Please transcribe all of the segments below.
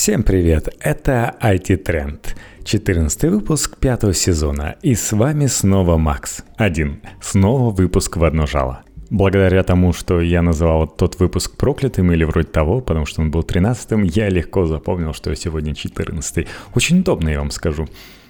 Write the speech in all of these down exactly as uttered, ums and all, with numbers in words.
Всем привет, это ай ти-тренд, четырнадцатый выпуск пятого сезона, и с вами снова Макс. Один, снова выпуск в одно жало. Благодаря тому, что я называл тот выпуск проклятым или вроде того, потому что он был тринадцатым, я легко запомнил, что сегодня четырнадцатый. Очень удобно, я вам скажу.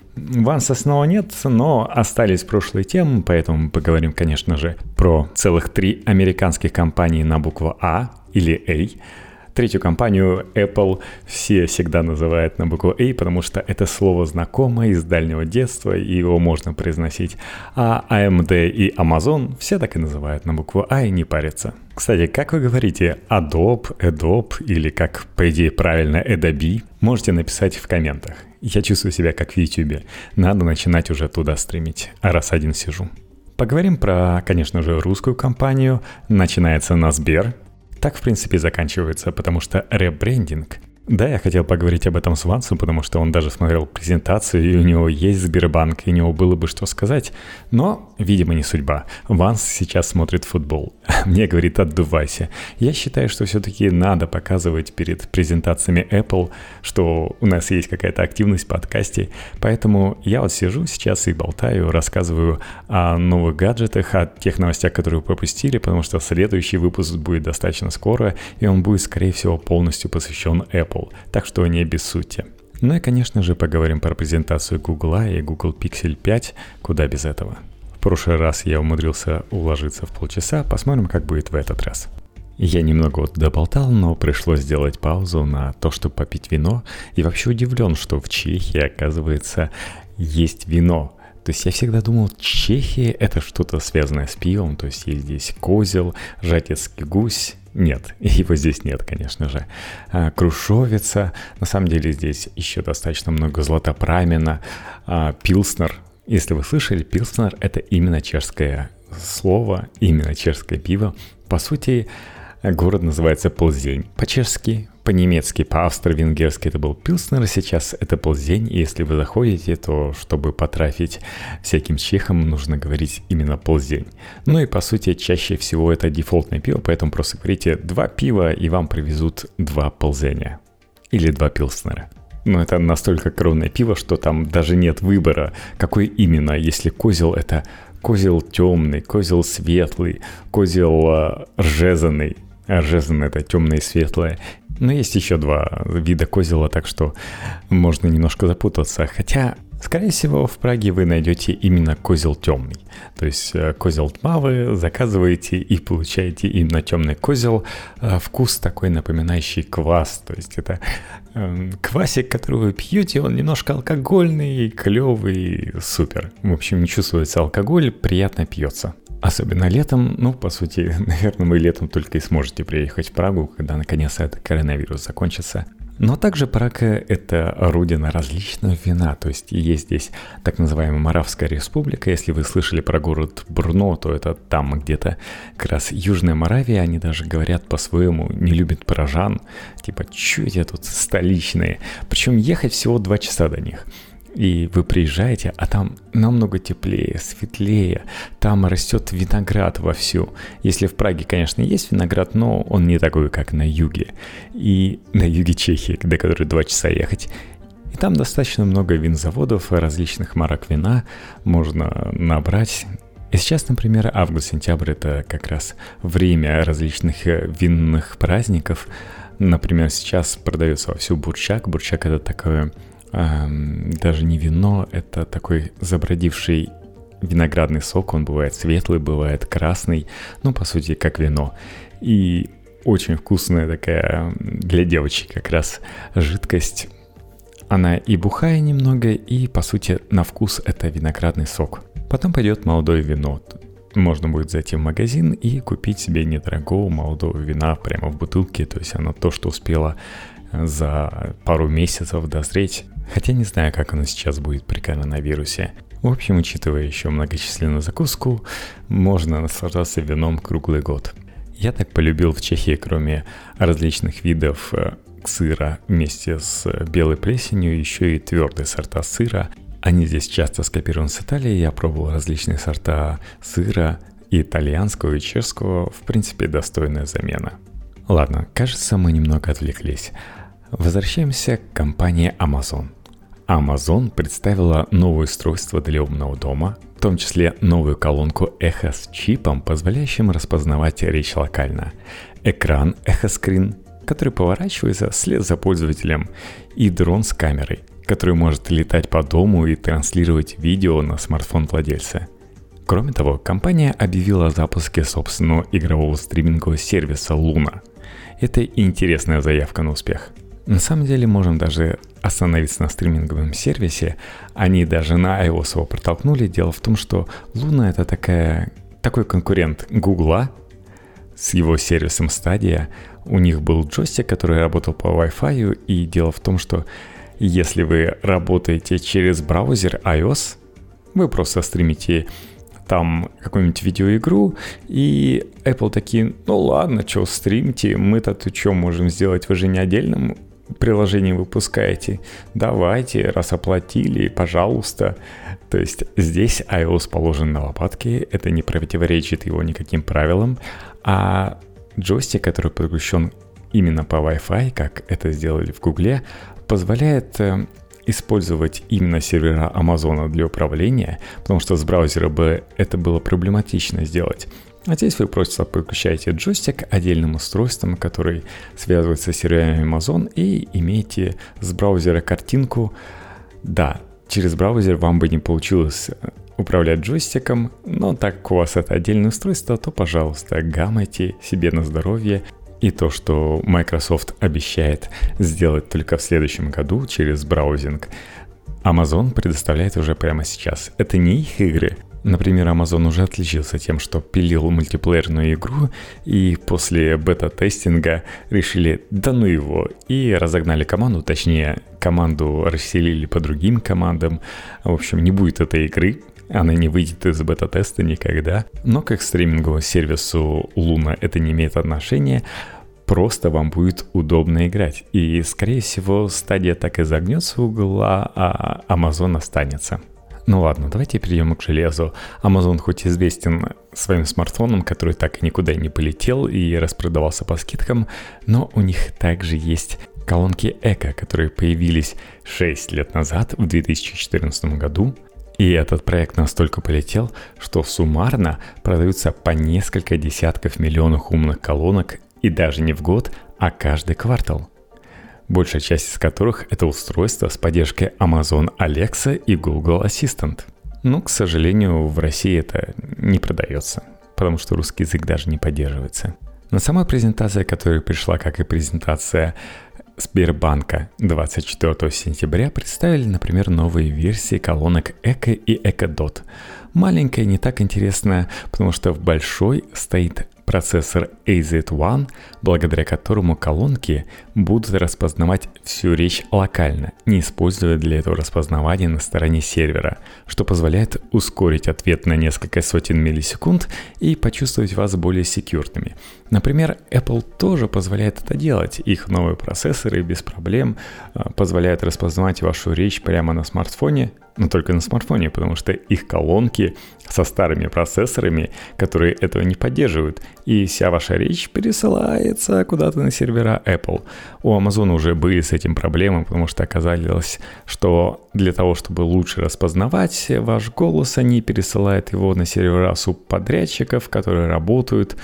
Ванса снова нет, но остались прошлые темы, поэтому мы поговорим, конечно же, про целых три американских компании на букву А или A. Третью компанию Apple все всегда называют на букву A, потому что это слово знакомое из дальнего детства, и его можно произносить. А эй эм ди и Amazon все так и называют на букву А и не парятся. Кстати, как вы говорите, Adobe, Adobe или как, по идее, правильно, Adobe, можете написать в комментах. Я чувствую себя как в YouTube. Надо начинать уже туда стримить, а раз один сижу. Поговорим про, конечно же, русскую компанию. Начинается на Сбер. Так, в принципе, заканчивается, потому что ребрендинг. Да, я хотел поговорить об этом с Вансом, потому что он даже смотрел презентацию, и у него есть Сбербанк, и у него было бы что сказать. Но, видимо, не судьба. Ванс сейчас смотрит футбол. Мне говорит, отдувайся. Я считаю, что все-таки надо показывать перед презентациями Apple, что у нас есть какая-то активность в подкасте. Поэтому я вот сижу сейчас и болтаю, рассказываю о новых гаджетах, о тех новостях, которые вы пропустили, потому что следующий выпуск будет достаточно скоро, и он будет, скорее всего, полностью посвящен Apple. Так что не обессудьте. Ну и, конечно же, поговорим про презентацию Google и Google Pixel пять, куда без этого. В прошлый раз я умудрился уложиться в полчаса, посмотрим, как будет в этот раз. Я немного вот доболтал, но пришлось сделать паузу на то, чтобы попить вино. И вообще удивлен, что в Чехии, оказывается, есть вино. То есть я всегда думал, Чехия — это что-то связанное с пивом, то есть есть здесь козел, жатецкий гусь. Нет, его здесь нет, конечно же. А, крушовица. На самом деле здесь еще достаточно много златопрамена. А, пилснер. Если вы слышали, пилснер — это именно чешское слово, именно чешское пиво. По сути, город называется Плзень. По-чешски, по-немецки, по-австро-венгерски это был пилснер, сейчас это Плзень. И если вы заходите, то чтобы потрафить всяким чехам, нужно говорить именно Плзень. Ну и по сути, чаще всего это дефолтное пиво, поэтому просто говорите два пива, и вам привезут два Плзеня. Или два пилснера. Но это настолько коронное пиво, что там даже нет выбора, какой именно. Если козел — это козел темный, козел светлый, козел э, ржезанный. Ржезанный — это темное и светлое. Но есть еще два вида козела, так что можно немножко запутаться. Хотя, скорее всего, в Праге вы найдете именно козел темный. То есть козел тмавый заказываете и получаете именно темный козел. Вкус такой, напоминающий квас. То есть это э, квасик, который вы пьете, он немножко алкогольный, клевый, супер. В общем, не чувствуется алкоголь, приятно пьется. Особенно летом, ну, по сути, наверное, вы летом только и сможете приехать в Прагу, когда наконец этот коронавирус закончится. Но также Прага — это родина различного вина, то есть есть здесь так называемая Моравская республика. Если вы слышали про город Брно, то это там где-то как раз Южная Моравия, они даже говорят по-своему, не любят парижан, типа, чё эти тут столичные, причем ехать всего два часа до них. И вы приезжаете, а там намного теплее, светлее, там растет виноград вовсю. Если в Праге, конечно, есть виноград, но он не такой, как на юге. И на юге Чехии, до которой два часа ехать. И там достаточно много винзаводов, различных марок вина можно набрать. И сейчас, например, август-сентябрь — это как раз время различных винных праздников. Например, сейчас продается вовсю бурчак. Бурчак — это такое... даже не вино, это такой забродивший виноградный сок, он бывает светлый, бывает красный, ну, по сути, как вино. И очень вкусная такая для девочек как раз жидкость. Она и бухая немного, и, по сути, на вкус это виноградный сок. Потом пойдет молодое вино. Можно будет зайти в магазин и купить себе недорогого молодого вина прямо в бутылке, то есть оно то, что успело за пару месяцев дозреть. Хотя не знаю, как оно сейчас будет при коронавирусе. В общем, учитывая еще многочисленную закуску, можно наслаждаться вином круглый год. Я так полюбил в Чехии, кроме различных видов сыра вместе с белой плесенью, еще и твердые сорта сыра. Они здесь часто скопированы с Италии. Я пробовал различные сорта сыра, и итальянского, и чешского. В принципе, достойная замена. Ладно, кажется, мы немного отвлеклись. Возвращаемся к компании Amazon. Amazon представила новое устройство для умного дома, в том числе новую колонку Echo с чипом, позволяющим распознавать речь локально, экран Echo Screen, который поворачивается вслед за пользователем, и дрон с камерой, который может летать по дому и транслировать видео на смартфон владельца. Кроме того, компания объявила о запуске собственного игрового стримингового сервиса Luna. Это интересная заявка на успех. На самом деле можем даже остановиться на стриминговом сервисе. Они даже на iOS его протолкнули. Дело в том, что Luna — это такая, такой конкурент Гугла с его сервисом Stadia. У них был джойстик, который работал по Wi-Fi. И дело в том, что если вы работаете через браузер iOS, вы просто стримите там какую-нибудь видеоигру, и Apple такие: ну ладно, что, стримите, мы-то тут что можем сделать, вы же не отдельным приложением выпускаете, давайте, раз оплатили, пожалуйста. То есть здесь iOS положен на лопатки, это не противоречит его никаким правилам, а джойстик, который подключен именно по Wi-Fi, как это сделали в Гугле, позволяет использовать именно сервера Амазона для управления, потому что с браузера бы это было проблематично сделать. А здесь вы просто подключаете джойстик отдельным устройством, который связывается с серверами Amazon, и имеете с браузера картинку. Да, через браузер вам бы не получилось управлять джойстиком, но так как у вас это отдельное устройство, то, пожалуйста, гамайте себе на здоровье. И то, что Microsoft обещает сделать только в следующем году через браузинг, Amazon предоставляет уже прямо сейчас. Это не их игры. Например, Amazon уже отличился тем, что пилил мультиплеерную игру, и после бета-тестинга решили: да ну его, и разогнали команду, точнее, команду расселили по другим командам. В общем, не будет этой игры. Она не выйдет из бета-теста никогда. Но к их стриминговому сервису Luna это не имеет отношения. Просто вам будет удобно играть. И, скорее всего, Stadia так и загнется у угла, а Amazon останется. Ну ладно, давайте перейдем к железу. Amazon хоть известен своим смартфоном, который так и никуда не полетел и распродавался по скидкам, но у них также есть колонки Echo, которые появились шесть лет назад, в две тысячи четырнадцатом году. И этот проект настолько полетел, что суммарно продаются по несколько десятков миллионов умных колонок, и даже не в год, а каждый квартал. Большая часть из которых — это устройства с поддержкой Amazon Alexa и Google Assistant. Но, к сожалению, в России это не продается, потому что русский язык даже не поддерживается. На самой презентации, которая пришла, как и презентация Сбербанка двадцать четвёртого сентября, представили, например, новые версии колонок Echo и Echo Dot. Маленькая не так интересная, потому что в большой стоит процессор эй зет один, благодаря которому колонки будут распознавать всю речь локально, не используя для этого распознавания на стороне сервера, что позволяет ускорить ответ на несколько сотен миллисекунд и почувствовать вас более секьюрными. Например, Apple тоже позволяет это делать. Их новые процессоры без проблем позволяют распознавать вашу речь прямо на смартфоне, но только на смартфоне, потому что их колонки со старыми процессорами, которые этого не поддерживают, и вся ваша речь пересылается куда-то на сервера Apple. У Amazon уже были с этим проблемы, потому что оказалось, что для того, чтобы лучше распознавать ваш голос, они пересылают его на сервера субподрядчиков, которые работают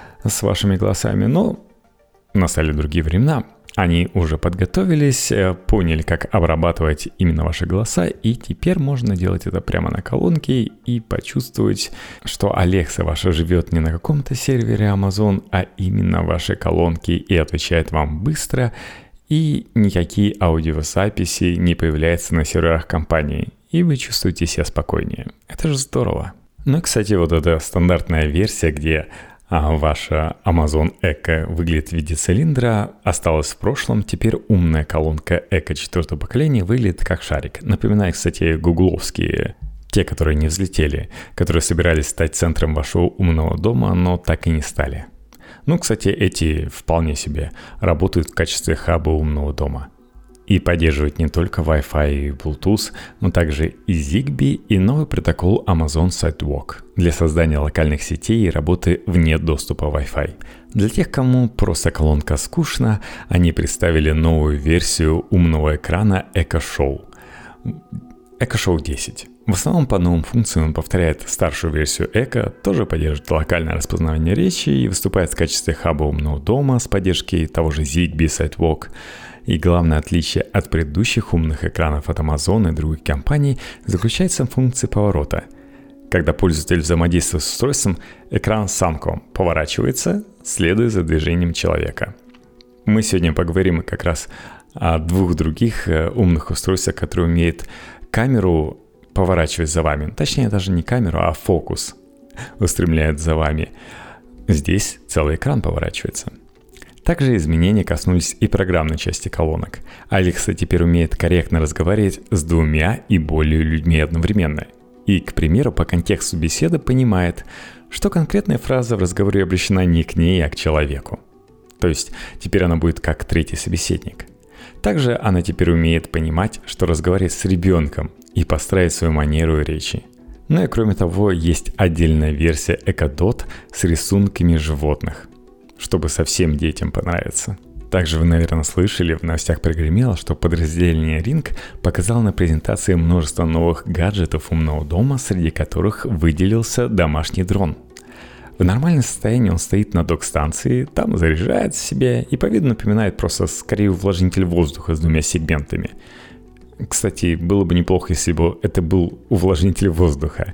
с вашими голосами. Но настали другие времена. Они уже подготовились, поняли, как обрабатывать именно ваши голоса, и теперь можно делать это прямо на колонке и почувствовать, что Alexa ваша живет не на каком-то сервере Amazon, а именно в вашей колонке и отвечает вам быстро, и никакие аудиозаписи не появляются на серверах компании, и вы чувствуете себя спокойнее. Это же здорово. Ну и, кстати, вот эта стандартная версия, где а ваша Amazon Echo выглядит в виде цилиндра, осталась в прошлом. Теперь умная колонка Echo четвертого поколения выглядит как шарик. Напоминаю, кстати, гугловские, те, которые не взлетели, которые собирались стать центром вашего умного дома, но так и не стали. Ну, кстати, эти вполне себе работают в качестве хаба умного дома. И поддерживает не только Wi-Fi и Bluetooth, но также и Zigbee и новый протокол Amazon Sidewalk для создания локальных сетей и работы вне доступа Wi-Fi. Для тех, кому просто колонка скучна, они представили новую версию умного экрана Echo Show. Echo Show десять. В основном по новым функциям он повторяет старшую версию Echo, тоже поддерживает локальное распознавание речи и выступает в качестве хаба умного дома с поддержкой того же Zigbee, Sidewalk. И главное отличие от предыдущих умных экранов от Amazon и других компаний заключается в функции поворота. Когда пользователь взаимодействует с устройством, экран сам к вам поворачивается, следуя за движением человека. Мы сегодня поговорим как раз о двух других умных устройствах, которые умеют камеру поворачивать за вами. Точнее, даже не камеру, а фокус устремляет за вами. Здесь целый экран поворачивается. Также изменения коснулись и программной части колонок. Alexa теперь умеет корректно разговаривать с двумя и более людьми одновременно. И, к примеру, по контексту беседы понимает, что конкретная фраза в разговоре обращена не к ней, а к человеку. То есть теперь она будет как третий собеседник. Также она теперь умеет понимать, что разговаривать с ребенком и построить свою манеру речи. Ну и кроме того, есть отдельная версия Echo Dot с рисунками животных, чтобы совсем детям понравиться. Также вы, наверное, слышали, в новостях прогремело, что подразделение Ring показало на презентации множество новых гаджетов умного дома, среди которых выделился домашний дрон. В нормальном состоянии он стоит на док-станции, там заряжает себя и по виду напоминает просто скорее увлажнитель воздуха с двумя сегментами. Кстати, было бы неплохо, если бы это был увлажнитель воздуха.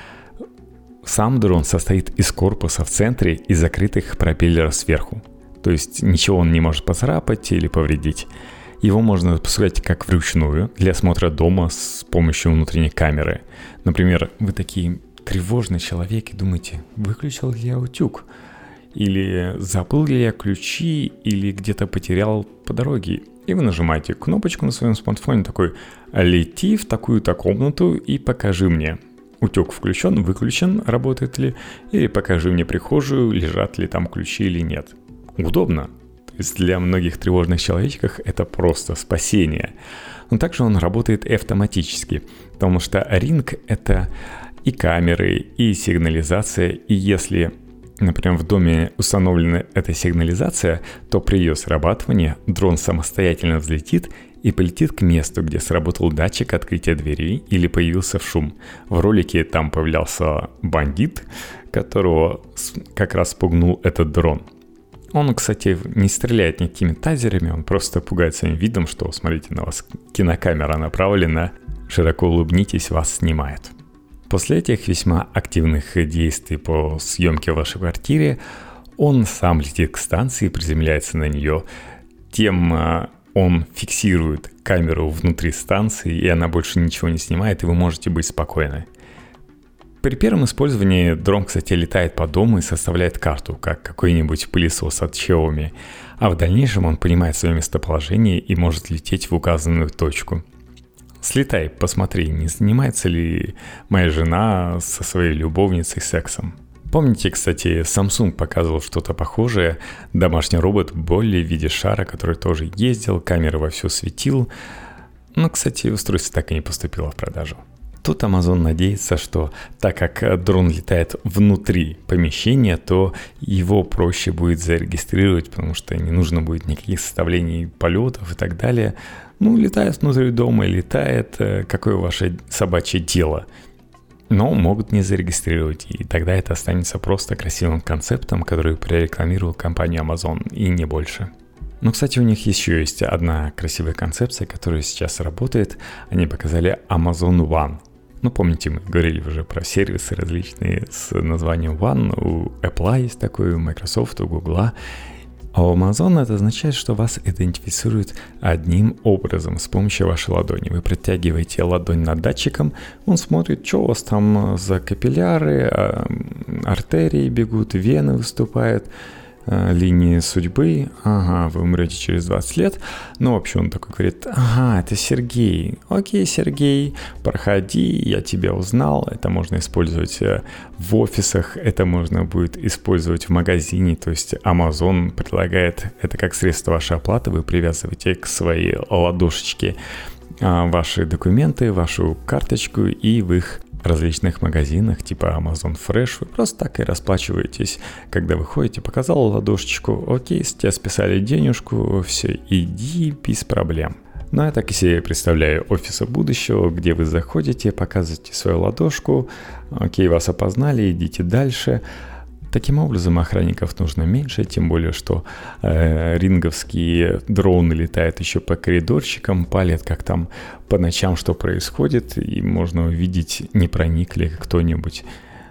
Сам дрон состоит из корпуса в центре и закрытых пропеллеров сверху. То есть ничего он не может поцарапать или повредить. Его можно запускать как вручную для осмотра дома с помощью внутренней камеры. Например, вы такие тревожный человек и думаете, выключил ли я утюг? Или забыл ли я ключи, или где-то потерял по дороге? И вы нажимаете кнопочку на своем смартфоне такой «Лети в такую-то комнату и покажи мне». Утюг включен, выключен, работает ли, или покажи мне прихожую, лежат ли там ключи или нет. Удобно. То есть для многих тревожных человечков это просто спасение. Но также он работает и автоматически, потому что Ring — это и камеры, и сигнализация, и если, например, в доме установлена эта сигнализация, то при ее срабатывании дрон самостоятельно взлетит и полетит к месту, где сработал датчик открытия двери или появился шум. В ролике там появлялся бандит, которого как раз спугнул этот дрон. Он, кстати, не стреляет никакими тазерами, он просто пугает своим видом, что, смотрите, на вас кинокамера направлена, широко улыбнитесь, вас снимает. После этих весьма активных действий по съемке в вашей квартире, он сам летит к станции и приземляется на нее. Тем он фиксирует камеру внутри станции, и она больше ничего не снимает, и вы можете быть спокойны. При первом использовании дрон, кстати, летает по дому и составляет карту, как какой-нибудь пылесос от Xiaomi, а в дальнейшем он понимает свое местоположение и может лететь в указанную точку. Слетай, посмотри, не занимается ли моя жена со своей любовницей сексом. Помните, кстати, Samsung показывал что-то похожее, домашний робот Болли в виде шара, который тоже ездил, камеры вовсю светил, но, кстати, устройство так и не поступило в продажу. Тут Amazon надеется, что так как дрон летает внутри помещения, то его проще будет зарегистрировать, потому что не нужно будет никаких составлений полетов и так далее. Ну, летает внутри дома и летает, какое ваше собачье дело. Но могут не зарегистрировать, и тогда это останется просто красивым концептом, который прорекламировал компания Amazon, и не больше. Но, кстати, у них еще есть одна красивая концепция, которая сейчас работает. Они показали Amazon One. Ну, помните, мы говорили уже про сервисы различные с названием One. У Apple есть такой, у Microsoft, у Google. А у Amazon это означает, что вас идентифицирует одним образом с помощью вашей ладони. Вы протягиваете ладонь над датчиком, он смотрит, что у вас там за капилляры, артерии бегут, вены выступают, линии судьбы. Ага, вы умрете через двадцать лет. Ну, вообще он такой говорит, ага, это Сергей. Окей, Сергей, проходи, я тебя узнал. Это можно использовать в офисах, это можно будет использовать в магазине. То есть Amazon предлагает это как средство вашей оплаты. Вы привязываете к своей ладошечке ваши документы, вашу карточку, и в их различных магазинах типа Amazon Fresh вы просто так и расплачиваетесь. Когда вы ходите, показал ладошечку, окей, с тебя списали денежку, все, иди без проблем. Но я так и себе представляю офисы будущего, где вы заходите, показываете свою ладошку, окей, вас опознали, идите дальше. Таким образом, охранников нужно меньше, тем более, что э, ринговские дроны летают еще по коридорчикам, палят, как там по ночам что происходит, и можно увидеть, не проник ли кто-нибудь.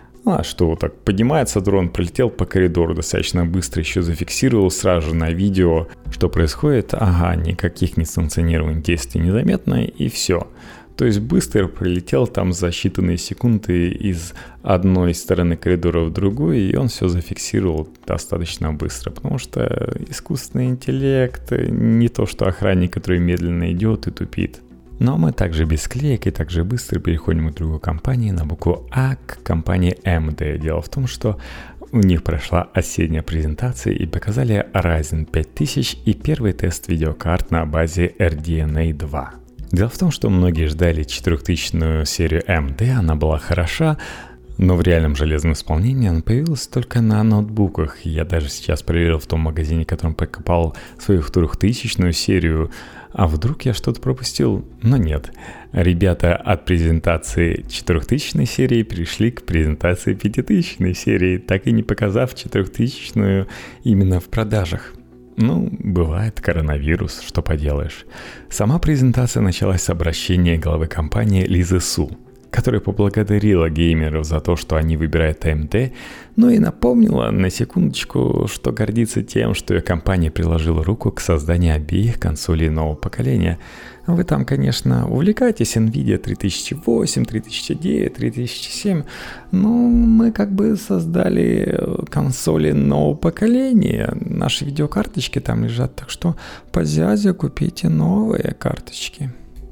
А что, так поднимается дрон, пролетел по коридору достаточно быстро, еще зафиксировал сразу же на видео, что происходит. Ага, никаких несанкционированных действий незаметно, и все. То есть быстро прилетел там за считанные секунды из одной стороны коридора в другую, и он все зафиксировал достаточно быстро, потому что искусственный интеллект не то, что охранник, который медленно идет и тупит. Но мы также без клеек и также быстро переходим к другой компании на букву А, к компании эм дэ. Дело в том, что у них прошла осенняя презентация и показали Ryzen пять тысяч и первый тест видеокарт на базе эр ди эн эй два. Дело в том, что многие ждали четырехтысячную серию эм дэ, она была хороша, но в реальном железном исполнении она появилась только на ноутбуках. Я даже сейчас проверил в том магазине, в котором покупал свою трехтысячную серию, а вдруг я что-то пропустил? Но нет. Ребята от презентации четырехтысячной серии перешли к презентации пятитысячной серии, так и не показав четырехтысячную именно в продажах. Ну, бывает коронавирус, что поделаешь. Сама презентация началась с обращения главы компании Лизы Су, которая поблагодарила геймеров за то, что они выбирают эй эм дэ, но и напомнила на секундочку, что гордится тем, что ее компания приложила руку к созданию обеих консолей нового поколения. Вы там, конечно, увлекаетесь NVIDIA три тысячи восемь, три тысячи девять, три тысячи семь, но мы как бы создали консоли нового поколения. Наши видеокарточки там лежат, так что по зязе купите новые карточки.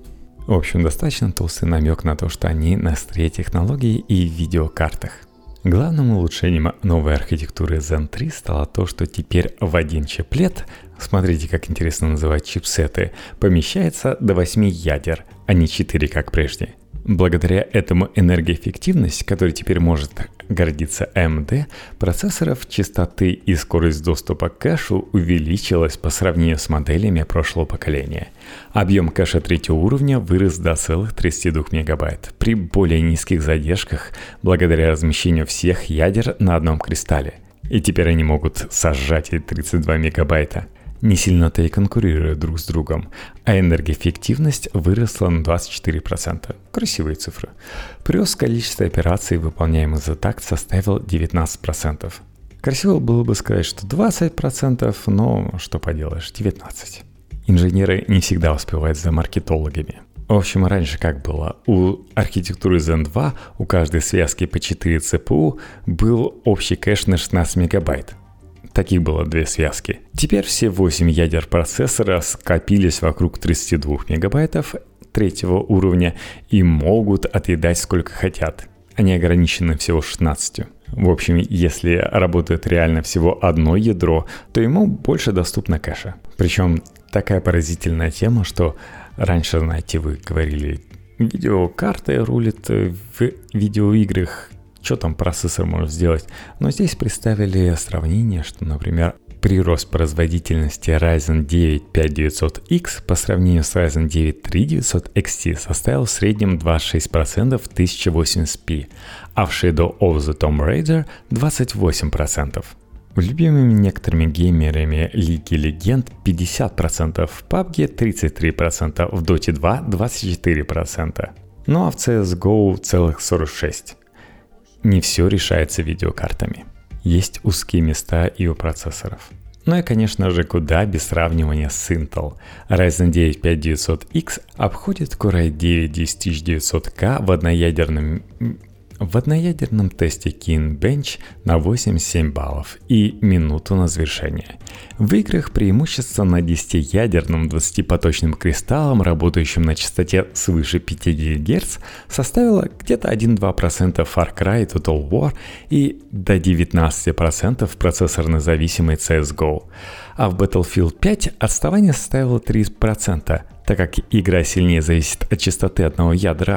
В общем, достаточно толстый намек на то, что они на острие технологий и в видеокартах. Главным улучшением новой архитектуры Zen три стало то, что теперь в один чиплет, смотрите, как интересно называть чипсеты, помещается до восьми ядер, а не четыре, как прежде. Благодаря этому энергоэффективность, которой теперь может гордиться эм дэ, процессоров, частоты и скорость доступа к кэшу увеличилась по сравнению с моделями прошлого поколения. Объем кэша третьего уровня вырос до целых тридцати двух мегабайт при более низких задержках благодаря размещению всех ядер на одном кристалле. И теперь они могут сожрать эти тридцать два мегабайта. Не сильно-то и конкурируют друг с другом, а энергоэффективность выросла на двадцать четыре процента. Красивые цифры. Плюс количество операций, выполняемых за такт, составил девятнадцать процентов. Красиво было бы сказать, что двадцать процентов, но что поделаешь, девятнадцать процентов. Инженеры не всегда успевают за маркетологами. В общем, раньше как было? У архитектуры Zen два у каждой связки по четыре цэ пэ у был общий кэш на шестнадцать мегабайт. Таких было две связки. Теперь все восемь ядер процессора скопились вокруг тридцати двух мегабайтов третьего уровня и могут отъедать сколько хотят. Они ограничены всего шестнадцатью. В общем, если работает реально всего одно ядро, то ему больше доступно кэша. Причем такая поразительная тема, что раньше, знаете, вы говорили, видеокарты рулит в видеоиграх, что там процессор может сделать. Но здесь представили сравнение, что, например, прирост производительности Ryzen девять пять тысяч девятьсот икс по сравнению с Ryzen девять три тысяча девятьсот икс ти составил в среднем двадцать шесть процентов в тысяча восемьдесят пи, а в Shadow of the Tomb Raider двадцать восемь процентов. Любимыми некоторыми геймерами Лиги Легенд пятьдесят процентов, в пабг тридцать три процента, в Dota два двадцать четыре процента. Ну а в си эс го целых сорок шесть процента. Не все решается видеокартами. Есть узкие места и у процессоров. Ну и, конечно же, куда без сравнивания с Intel. Ryzen девять пять тысяч девятьсот икс обходит Core ай девять десять тысяч девятьсот кей в одноядерном... В одноядерном тесте Geekbench на восемьдесят семь баллов и минуту на завершение. В играх преимущество на десятиядерном двадцатипоточным кристаллом, работающем на частоте свыше пятьдесят герц, составило где-то один-два процента Far Cry Total War и до девятнадцать процентов процессорно зависимой си эс го. А в Battlefield пять отставание составило три процента, так как игра сильнее зависит от частоты одного ядра.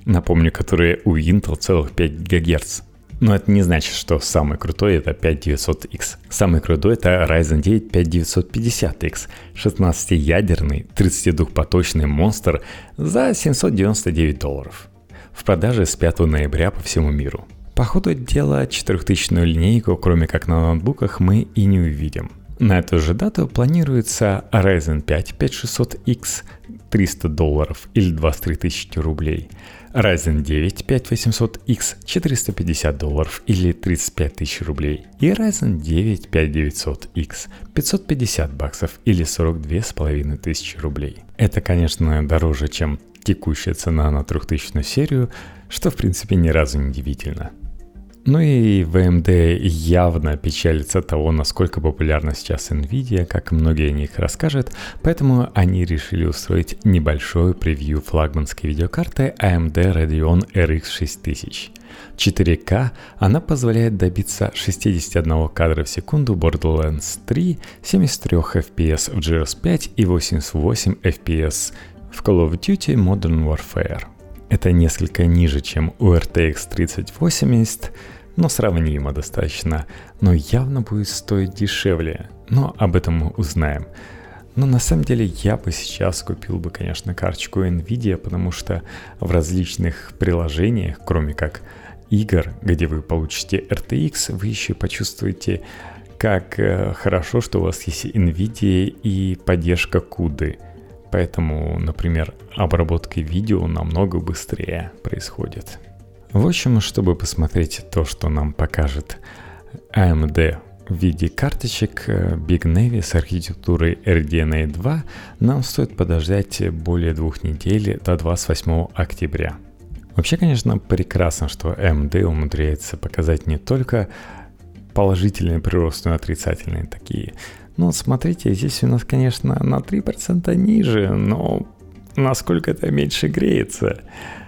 Напомню, которые у Intel целых пять гигагерц. Но это не значит, что самый крутой это пять тысяча девятьсот икс. Самый крутой это Ryzen девять пять тысяч девятьсот пятьдесят икс, шестнадцатиядерный, тридцатидвухпоточный монстр за семьсот девяносто девять долларов. В продаже с пятого ноября по всему миру. По ходу дела четырехтысячную линейку, кроме как на ноутбуках, мы и не увидим. На эту же дату планируется Ryzen пять пять тысяч шестьсот икс триста долларов или двадцать три тысячи рублей, Ryzen девять пять тысяч восемьсот икс четыреста пятьдесят долларов или тридцать пять тысяч рублей и Ryzen девять пять тысяч девятьсот икс пятьсот пятьдесят баксов или сорок две с половиной тысячи рублей. Это, конечно, дороже, чем текущая цена на трехтысячную серию, что в принципе ни разу не удивительно. Ну и ви эм ди явно печалится от того, насколько популярна сейчас Nvidia, как многие о них расскажут, поэтому они решили устроить небольшое превью флагманской видеокарты эй эм ди Radeon эр икс шесть тысяч. четыре ка она позволяет добиться шестьдесят один кадра в секунду в Borderlands три, семьдесят три эф пи эс в джи ар эл пять и восемьдесят восемь эф пи эс в Call of Duty Modern Warfare. Это несколько ниже, чем у эр ти экс тридцать восемьдесят, но сравнимо достаточно, но явно будет стоить дешевле, но об этом мы узнаем. Но на самом деле я бы сейчас купил бы, конечно, карточку Nvidia, потому что в различных приложениях, кроме как игр, где вы получите эр ти экс, вы еще почувствуете, как хорошо, что у вас есть Nvidia и поддержка куды. Поэтому, например, обработка видео намного быстрее происходит. В общем, чтобы посмотреть то, что нам покажет эй эм ди в виде карточек Big Navy с архитектурой эр ди эн эй два, нам стоит подождать более двух недель до двадцать восьмого октября. Вообще, конечно, прекрасно, что эй эм ди умудряется показать не только положительные приросты, но и отрицательные такие. Ну, смотрите, здесь у нас, конечно, на три процента ниже, но насколько это меньше греется.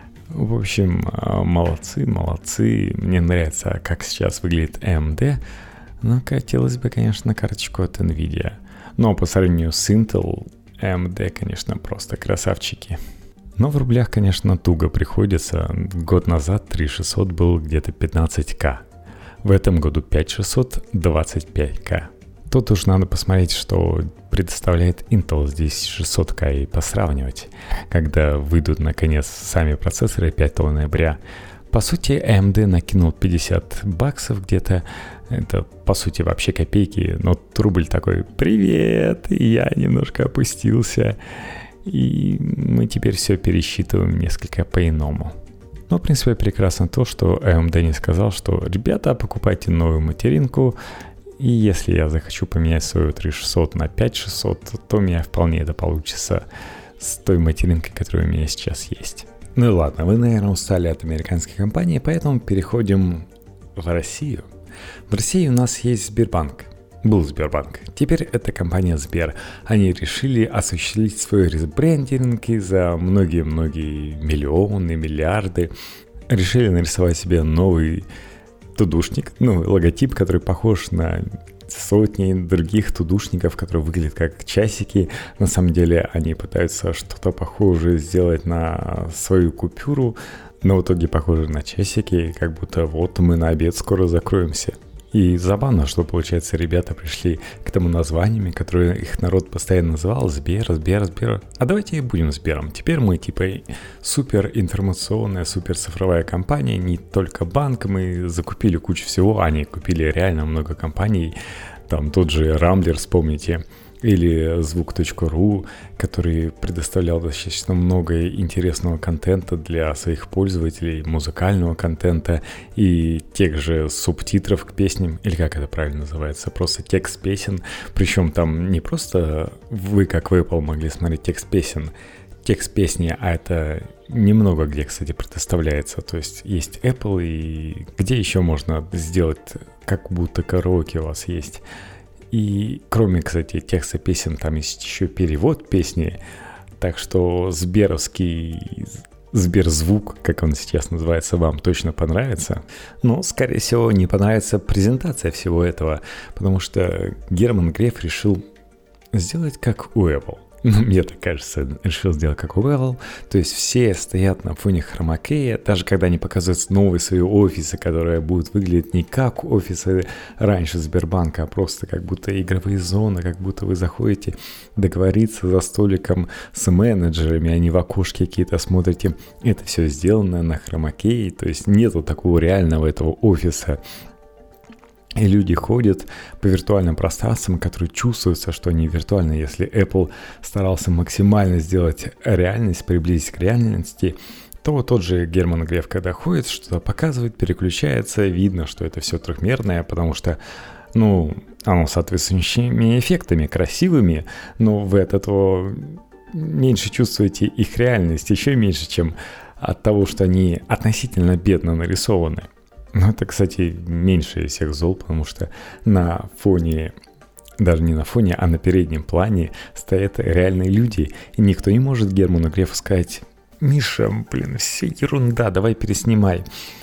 В общем, молодцы, молодцы. Мне нравится, как сейчас выглядит эй эм ди. Но хотелось бы, конечно, карточку от Nvidia. Но по сравнению с Intel, эй эм ди, конечно, просто красавчики. Но в рублях, конечно, туго приходится. Год назад три тысячи шестьсот был где-то пятнадцать тысяч. В этом году пять тысяч шестьсот двадцать пять тысяч. Тут уж надо посмотреть, что предоставляет Intel здесь шестьсот тысяч и посравнивать, когда выйдут наконец сами процессоры пятого ноября. По сути, эй эм ди накинул пятьдесят баксов где-то, это по сути вообще копейки, но рубль такой: привет, я немножко опустился, и мы теперь все пересчитываем несколько по-иному. Но, в принципе, прекрасно то, что эй эм ди не сказал, что ребята, покупайте новую материнку, и если я захочу поменять свою три тысячи шестьсот на пять тысяч шестьсот, то у меня вполне это получится с той материнкой, которая у меня сейчас есть. Ну и ладно, вы, наверное, устали от американских компаний, поэтому переходим в Россию. В России у нас есть Сбербанк. Был Сбербанк. Теперь это компания Сбер. Они решили осуществить свой ребрендинг и за многие-многие миллионы, миллиарды решили нарисовать себе новый тудушник, ну, логотип, который похож на сотни других тудушников, которые выглядят как часики. На самом деле они пытаются что-то похожее сделать на свою купюру, но в итоге похоже на часики, как будто вот мы на обед скоро закроемся. И забавно, что, получается, ребята пришли к тому названию, которое их народ постоянно называл: Сбер, Сбер, Сбер. А давайте и будем Сбером. Теперь мы типа супер информационная, супер цифровая компания, не только банк. Мы закупили кучу всего, они купили реально много компаний. Там тот же Рамблер, вспомните, или звук точка ру, который предоставлял достаточно много интересного контента для своих пользователей, музыкального контента и тех же субтитров к песням, или как это правильно называется, просто текст песен. Причем там не просто вы, как в Apple, могли смотреть текст песен, текст песни, а это немного где, кстати, предоставляется. То есть есть Apple, и где еще можно сделать, как будто караоке у вас есть. И кроме, кстати, текста песен, там есть еще перевод песни. Так что сберовский Сберзвук, как он сейчас называется, вам точно понравится. Но, скорее всего, не понравится презентация всего этого, потому что Герман Греф решил сделать как у Apple. Ну, мне так кажется, решил сделать как Уэлл. То есть все стоят на фоне хромакея, даже когда они показывают новые свои офисы, которые будут выглядеть не как офисы раньше Сбербанка, а просто как будто игровые зоны, как будто вы заходите договориться за столиком с менеджерами, а не в окошке какие-то смотрите. Это все сделано на хромакее, то есть нету такого реального этого офиса. И люди ходят по виртуальным пространствам, которые чувствуются, что они виртуальны. Если Apple старался максимально сделать реальность, приблизить к реальности, то тот же Герман Греф, когда ходит, что-то показывает, переключается, видно, что это все трехмерное, потому что, ну, оно соответствующими эффектами, красивыми, но вы от этого меньше чувствуете их реальность, еще меньше, чем от того, что они относительно бедно нарисованы. Ну, это, кстати, меньше из всех зол, потому что на фоне, даже не на фоне, а на переднем плане стоят реальные люди. И никто не может Герману Грефу сказать: «Миша, блин, все ерунда, давай переснимай».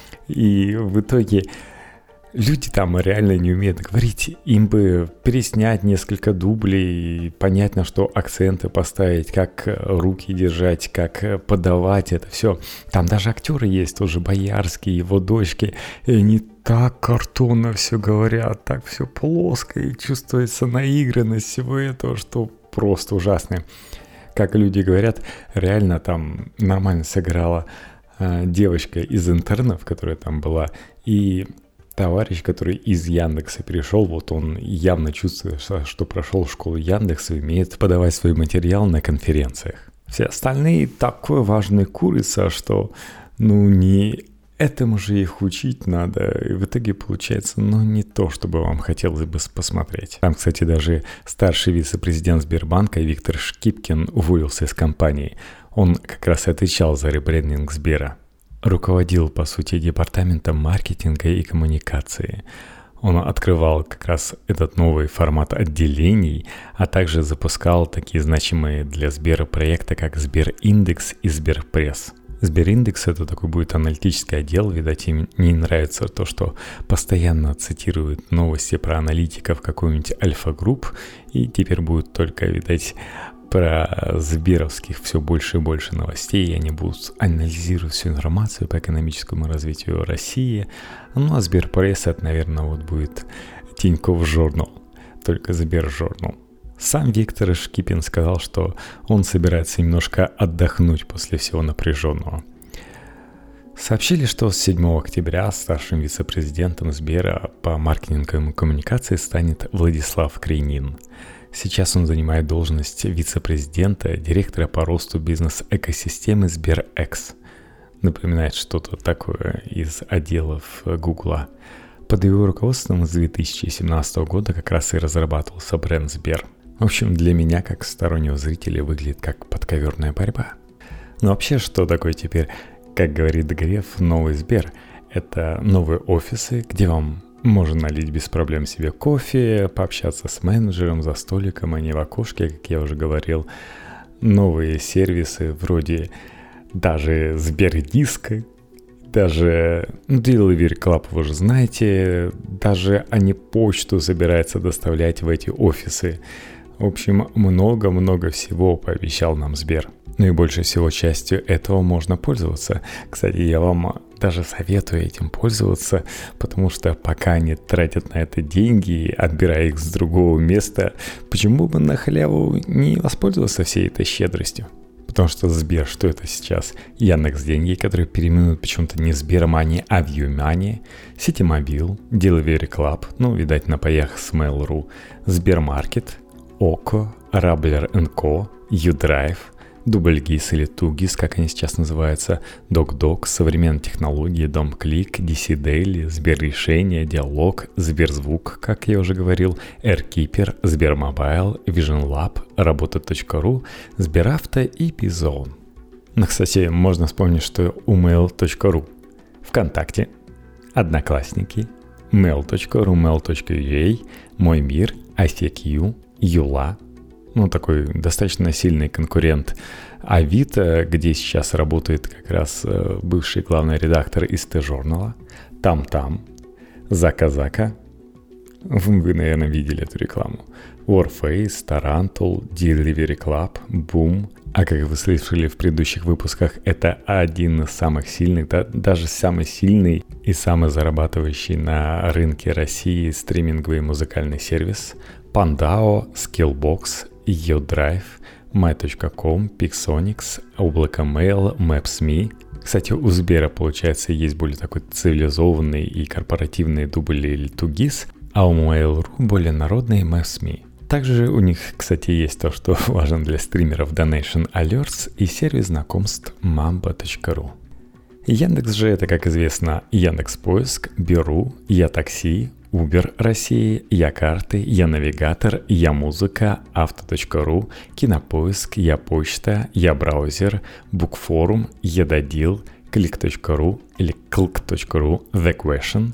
И в итоге люди там реально не умеют говорить. Им бы переснять несколько дублей, понять, на что акценты поставить, как руки держать, как подавать это все. Там даже актеры есть, тоже Боярский, его дочки. И они так картонно все говорят, так все плоско, и чувствуется наигранность всего этого, что просто ужасно. Как люди говорят, реально там нормально сыграла э, девочка из интернов, которая там была, и товарищ, который из Яндекса перешел, вот он явно чувствует, что прошел школу Яндекса, умеет подавать свой материал на конференциях. Все остальные такой важный курица, что ну не этому же их учить надо. И в итоге получается, ну не то, чтобы вам хотелось бы посмотреть. Там, кстати, даже старший вице-президент Сбербанка Виктор Шкипкин уволился из компании. Он как раз отвечал за ребрендинг Сбера. Руководил, по сути, департаментом маркетинга и коммуникации. Он открывал как раз этот новый формат отделений, а также запускал такие значимые для Сбера проекты, как Сбериндекс и Сберпресс. Сбериндекс — это такой будет аналитический отдел, видать, им не нравится то, что постоянно цитируют новости про аналитиков какой-нибудь Альфа-групп, и теперь будет только, видать, про сберовских все больше и больше новостей, и они будут анализировать всю информацию по экономическому развитию России. Ну а Сберпресс — это, наверное, вот будет Тинькофф Журнал, только Сбержурнал. Сам Виктор Шкипин сказал, что он собирается немножко отдохнуть после всего напряженного. Сообщили, что с седьмого октября старшим вице-президентом Сбера по маркетинговой коммуникации станет Владислав Крейнин. Сейчас он занимает должность вице-президента, директора по росту бизнес-экосистемы SberX. Напоминает что-то такое из отделов Гугла. Под его руководством с две тысячи семнадцатого года как раз и разрабатывался бренд Сбер. В общем, для меня, как стороннего зрителя, выглядит как подковерная борьба. Но вообще, что такое теперь, как говорит Греф, новый Сбер? Это новые офисы, где вам можно налить без проблем себе кофе, пообщаться с менеджером за столиком, а не в окошке, как я уже говорил. Новые сервисы вроде даже Сбердиска, даже Delivery Club, вы же знаете, даже они почту собираются доставлять в эти офисы. В общем, много-много всего пообещал нам Сбер. Ну и больше всего частью этого можно пользоваться. Кстати, я вам даже советую этим пользоваться, потому что пока они тратят на это деньги, отбирая их с другого места, почему бы на халяву не воспользоваться всей этой щедростью? Потому что Сбер, что это сейчас? Яндекс.Деньги, которые переименуют почему-то не Сбермани, а Вьюмани, Ситимобил, Delivery Club, ну, видать, на паях с Mail.ru, Сбермаркет, Око, Раблер энд Ко, Юдрайв, Дубльгиз или Тугиз, как они сейчас называются, Док-Док, современные технологии, Дом-Клик, ди си Daily, Сберрешение, Диалог, Сберзвук, как я уже говорил, AirKeeper, Сбермобайл, Vision Lab, Работа точка ру, Сберавто и Bizone. Ну, кстати, можно вспомнить, что у Mail точка ру, ВКонтакте, Одноклассники, Mail точка ру, Mail точка ю а, Мой Мир, ай си кью, Юла, ну, такой достаточно сильный конкурент Авито, где сейчас работает как раз бывший главный редактор из Т-журнала, Там-Там, Зака-Зака. Вы, наверное, видели эту рекламу. Warface, Tarantul, Delivery Club, Boom. А как вы слышали в предыдущих выпусках, это один из самых сильных, да, даже самый сильный и самый зарабатывающий на рынке России стриминговый музыкальный сервис. Pandao, Skillbox, YouDrive, My точка ком, Pixonix, Облако Mail, Maps.me. Кстати, у Сбера, получается, есть более такой цивилизованный и корпоративный дубль или тугис, а у Mail.ru более народный Maps.me. Также у них, кстати, есть то, что важно для стримеров Donation Alerts и сервис знакомств мамба точка ру. Яндекс же это, как известно, Яндекс.Поиск, Беру, Я.Такси, Uber Россия, Я.Карты, Я.Навигатор, Я.Музыка, Авто точка ру, Кинопоиск, Я.Почта, Я.Браузер, Букфорум, Едодил, Клик точка ру или Клк точка ру, The Question,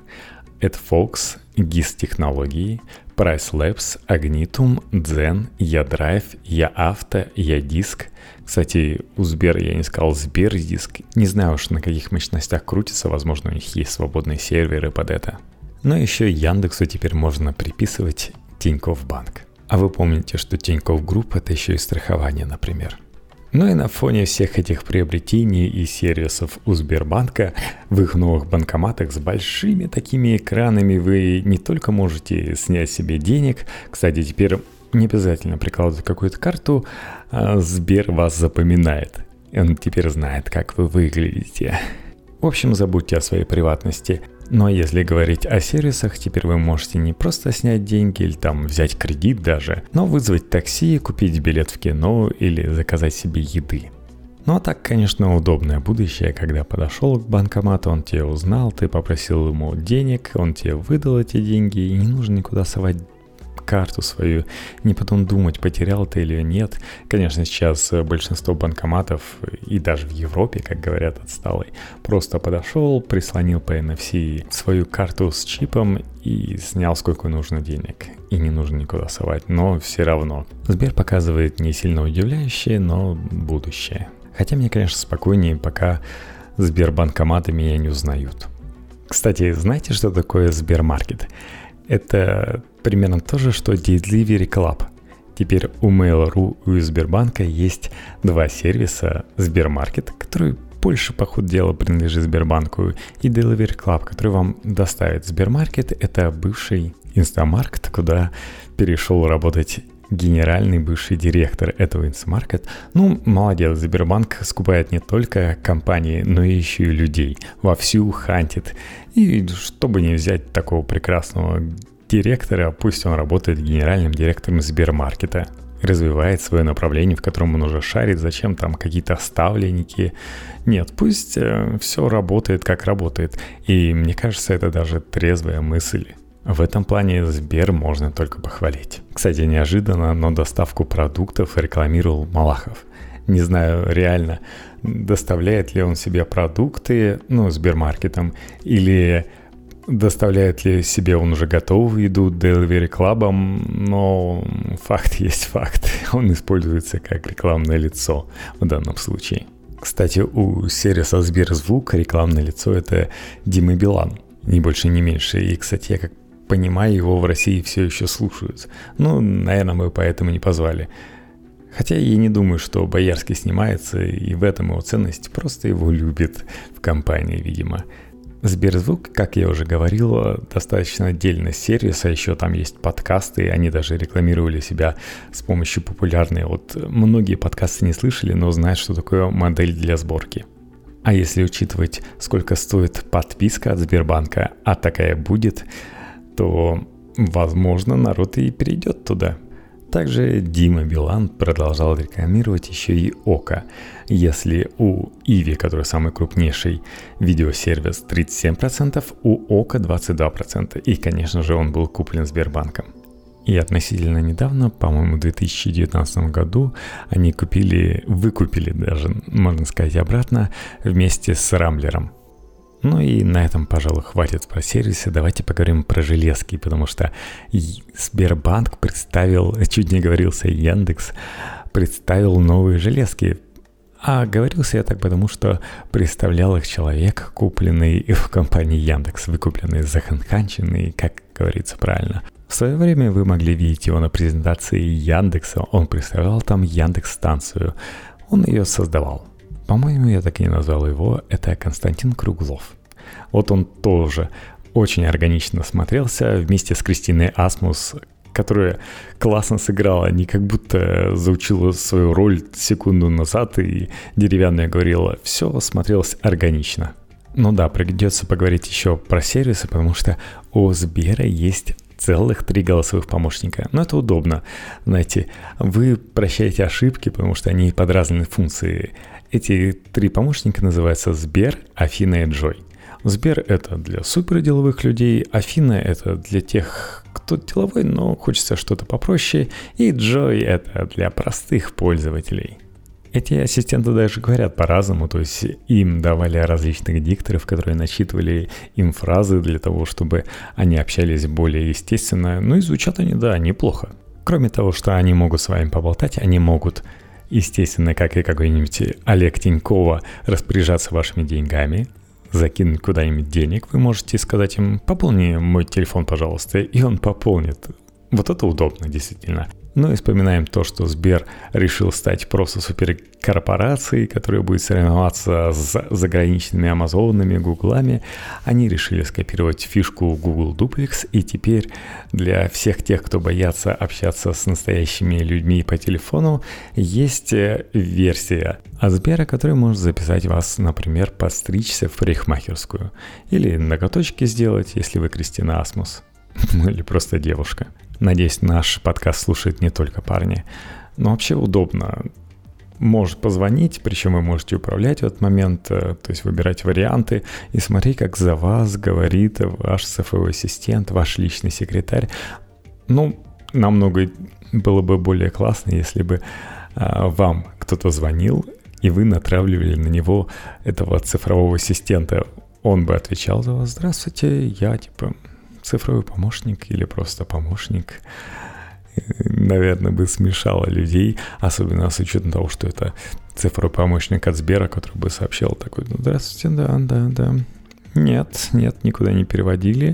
AdFox, гис Технологии, Price Labs, Agnitum, Дзен, Я.Драйв, Я.Авто, Я.Диск. Кстати, у Сбера я не сказал Сбердиск. Не знаю уж, на каких мощностях крутится. Возможно, у них есть свободные серверы под это. Но еще Яндексу теперь можно приписывать Тинькофф Банк. А вы помните, что Тинькофф Групп — это еще и страхование, например. Ну и на фоне всех этих приобретений и сервисов у Сбербанка в их новых банкоматах с большими такими экранами вы не только можете снять себе денег, кстати, теперь не обязательно прикладывать какую-то карту, а Сбер вас запоминает. Он теперь знает, как вы выглядите. В общем, забудьте о своей приватности. Но если говорить о сервисах, теперь вы можете не просто снять деньги или там взять кредит даже, но вызвать такси, купить билет в кино или заказать себе еды. Ну а так, конечно, удобное будущее, когда подошел к банкомату, он тебя узнал, ты попросил ему денег, он тебе выдал эти деньги, и не нужно никуда совать карту свою, не потом думать, потерял ты или нет. Конечно, сейчас большинство банкоматов, и даже в Европе, как говорят, отсталый, просто подошел, прислонил по эн эф си свою карту с чипом и снял сколько нужно денег. И не нужно никуда совать, но все равно. Сбер показывает не сильно удивляющее, но будущее. Хотя мне, конечно, спокойнее, пока Сбербанкоматы меня не узнают. Кстати, знаете, что такое Сбермаркет? Это примерно то же, что Delivery Club. Теперь у Mail.ru и у Сбербанка есть два сервиса: Сбермаркет, который больше по ходу дела принадлежит Сбербанку, и Delivery Club, который вам доставит. Сбермаркет — это бывший Инстамаркет, куда перешел работать генеральный бывший директор этого Инстамаркет. Ну, молодец, Сбербанк скупает не только компании, но и еще и людей. Вовсю хантит. И чтобы не взять такого прекрасного директора, пусть он работает генеральным директором Сбермаркета. Развивает свое направление, в котором он уже шарит, зачем там какие-то ставленники. Нет, пусть э, все работает, как работает. И мне кажется, это даже трезвая мысль. В этом плане Сбер можно только похвалить. Кстати, неожиданно, но доставку продуктов рекламировал Малахов. Не знаю, реально, доставляет ли он себе продукты, ну, Сбермаркетом, или доставляет ли себе он уже готовую еду Delivery Club, но факт есть факт. Он используется как рекламное лицо в данном случае. Кстати, у сервиса Сберзвук рекламное лицо — это Дима Билан, ни больше, ни меньше. И, кстати, я как понимаю, его в России все еще слушают. Ну, наверное, мы поэтому не позвали. Хотя я не думаю, что Боярский снимается, и в этом его ценность, просто его любят в компании, видимо. Сберзвук, как я уже говорил, достаточно отдельный сервис, а еще там есть подкасты, они даже рекламировали себя с помощью популярной. Вот многие подкасты не слышали, но знают, что такое модель для сборки. А если учитывать, сколько стоит подписка от Сбербанка, а такая будет, то, возможно, народ и перейдет туда. Также Дима Билан продолжал рекламировать еще и Око. Если у Иви, который самый крупнейший видеосервис, тридцать семь процентов, у Око двадцать два процента. И, конечно же, он был куплен Сбербанком. И относительно недавно, по-моему, в две тысячи девятнадцатом году, они купили, выкупили даже, можно сказать, обратно вместе с Рамблером. Ну и на этом, пожалуй, хватит про сервисы. Давайте поговорим про железки, потому что Сбербанк представил, чуть не говорился, Яндекс представил новые железки. А говорился я так потому, что представлял их человек, купленный в компании Яндекс, выкупленный, заханханченный, как говорится правильно. В свое время вы могли видеть его на презентации Яндекса. Он представлял там Яндекс-станцию. Он ее создавал. По-моему, я так и не назвал его. Это Константин Круглов. Вот он тоже очень органично смотрелся вместе с Кристиной Асмус, которая классно сыграла, не как будто заучила свою роль секунду назад и деревянная говорила. Все смотрелось органично. Ну да, придется поговорить еще про сервисы, потому что у Сбера есть целых три голосовых помощника. Но это удобно. Знаете, вы прощаете ошибки, потому что они под разные функции. Эти три помощника называются Сбер, Афина и Джой. Сбер — это для суперделовых людей, Афина — это для тех, кто деловой, но хочется что-то попроще, и Джой — это для простых пользователей. Эти ассистенты даже говорят по-разному, то есть им давали различных дикторов, которые начитывали им фразы для того, чтобы они общались более естественно. Ну и звучат они, да, неплохо. Кроме того, что они могут с вами поболтать, они могут, естественно, как и какой-нибудь Олег Тинькова, распоряжаться вашими деньгами, закинуть куда-нибудь денег. Вы можете сказать им: пополни мой телефон, пожалуйста, и он пополнит. Вот это удобно, действительно. Ну и вспоминаем то, что Сбер решил стать просто суперкорпорацией, которая будет соревноваться с заграничными Амазонами, Гуглами. Они решили скопировать фишку Google Duplex, и теперь для всех тех, кто боятся общаться с настоящими людьми по телефону, есть версия от Сбера, которая может записать вас, например, подстричься в парикмахерскую. Или ноготочки сделать, если вы Кристина Асмус. Или просто девушка. Надеюсь, наш подкаст слушают не только парни. Но вообще удобно. Может позвонить, причем вы можете управлять в этот момент, то есть выбирать варианты и смотреть, как за вас говорит ваш цифровой ассистент, ваш личный секретарь. Ну, намного было бы более классно, если бы а, вам кто-то звонил, и вы натравливали на него этого цифрового ассистента. Он бы отвечал за вас: здравствуйте, я типа... цифровой помощник или просто помощник. Наверное, бы смешало людей, особенно с учетом того, что это цифровой помощник от Сбера, который бы сообщал такой: здравствуйте, да, да, да. Нет, нет, никуда не переводили.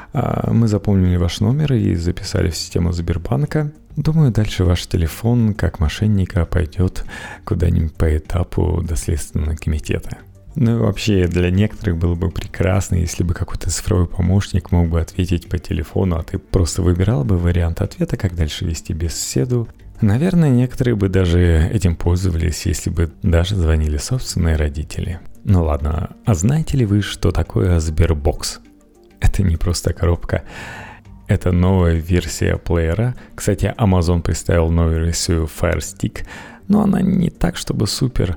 Мы запомнили ваш номер и записали в систему Сбербанка. Думаю, дальше ваш телефон, как мошенника, пойдет куда-нибудь по этапу до Следственного комитета. Ну и вообще для некоторых было бы прекрасно, если бы какой-то цифровой помощник мог бы ответить по телефону, а ты просто выбирал бы вариант ответа, как дальше вести беседу. Наверное, некоторые бы даже этим пользовались, если бы даже звонили собственные родители. Ну ладно, а знаете ли вы, что такое Sberbox? Это не просто коробка. Это новая версия плеера. Кстати, Amazon представил новую версию Fire Stick, но она не так, чтобы супер.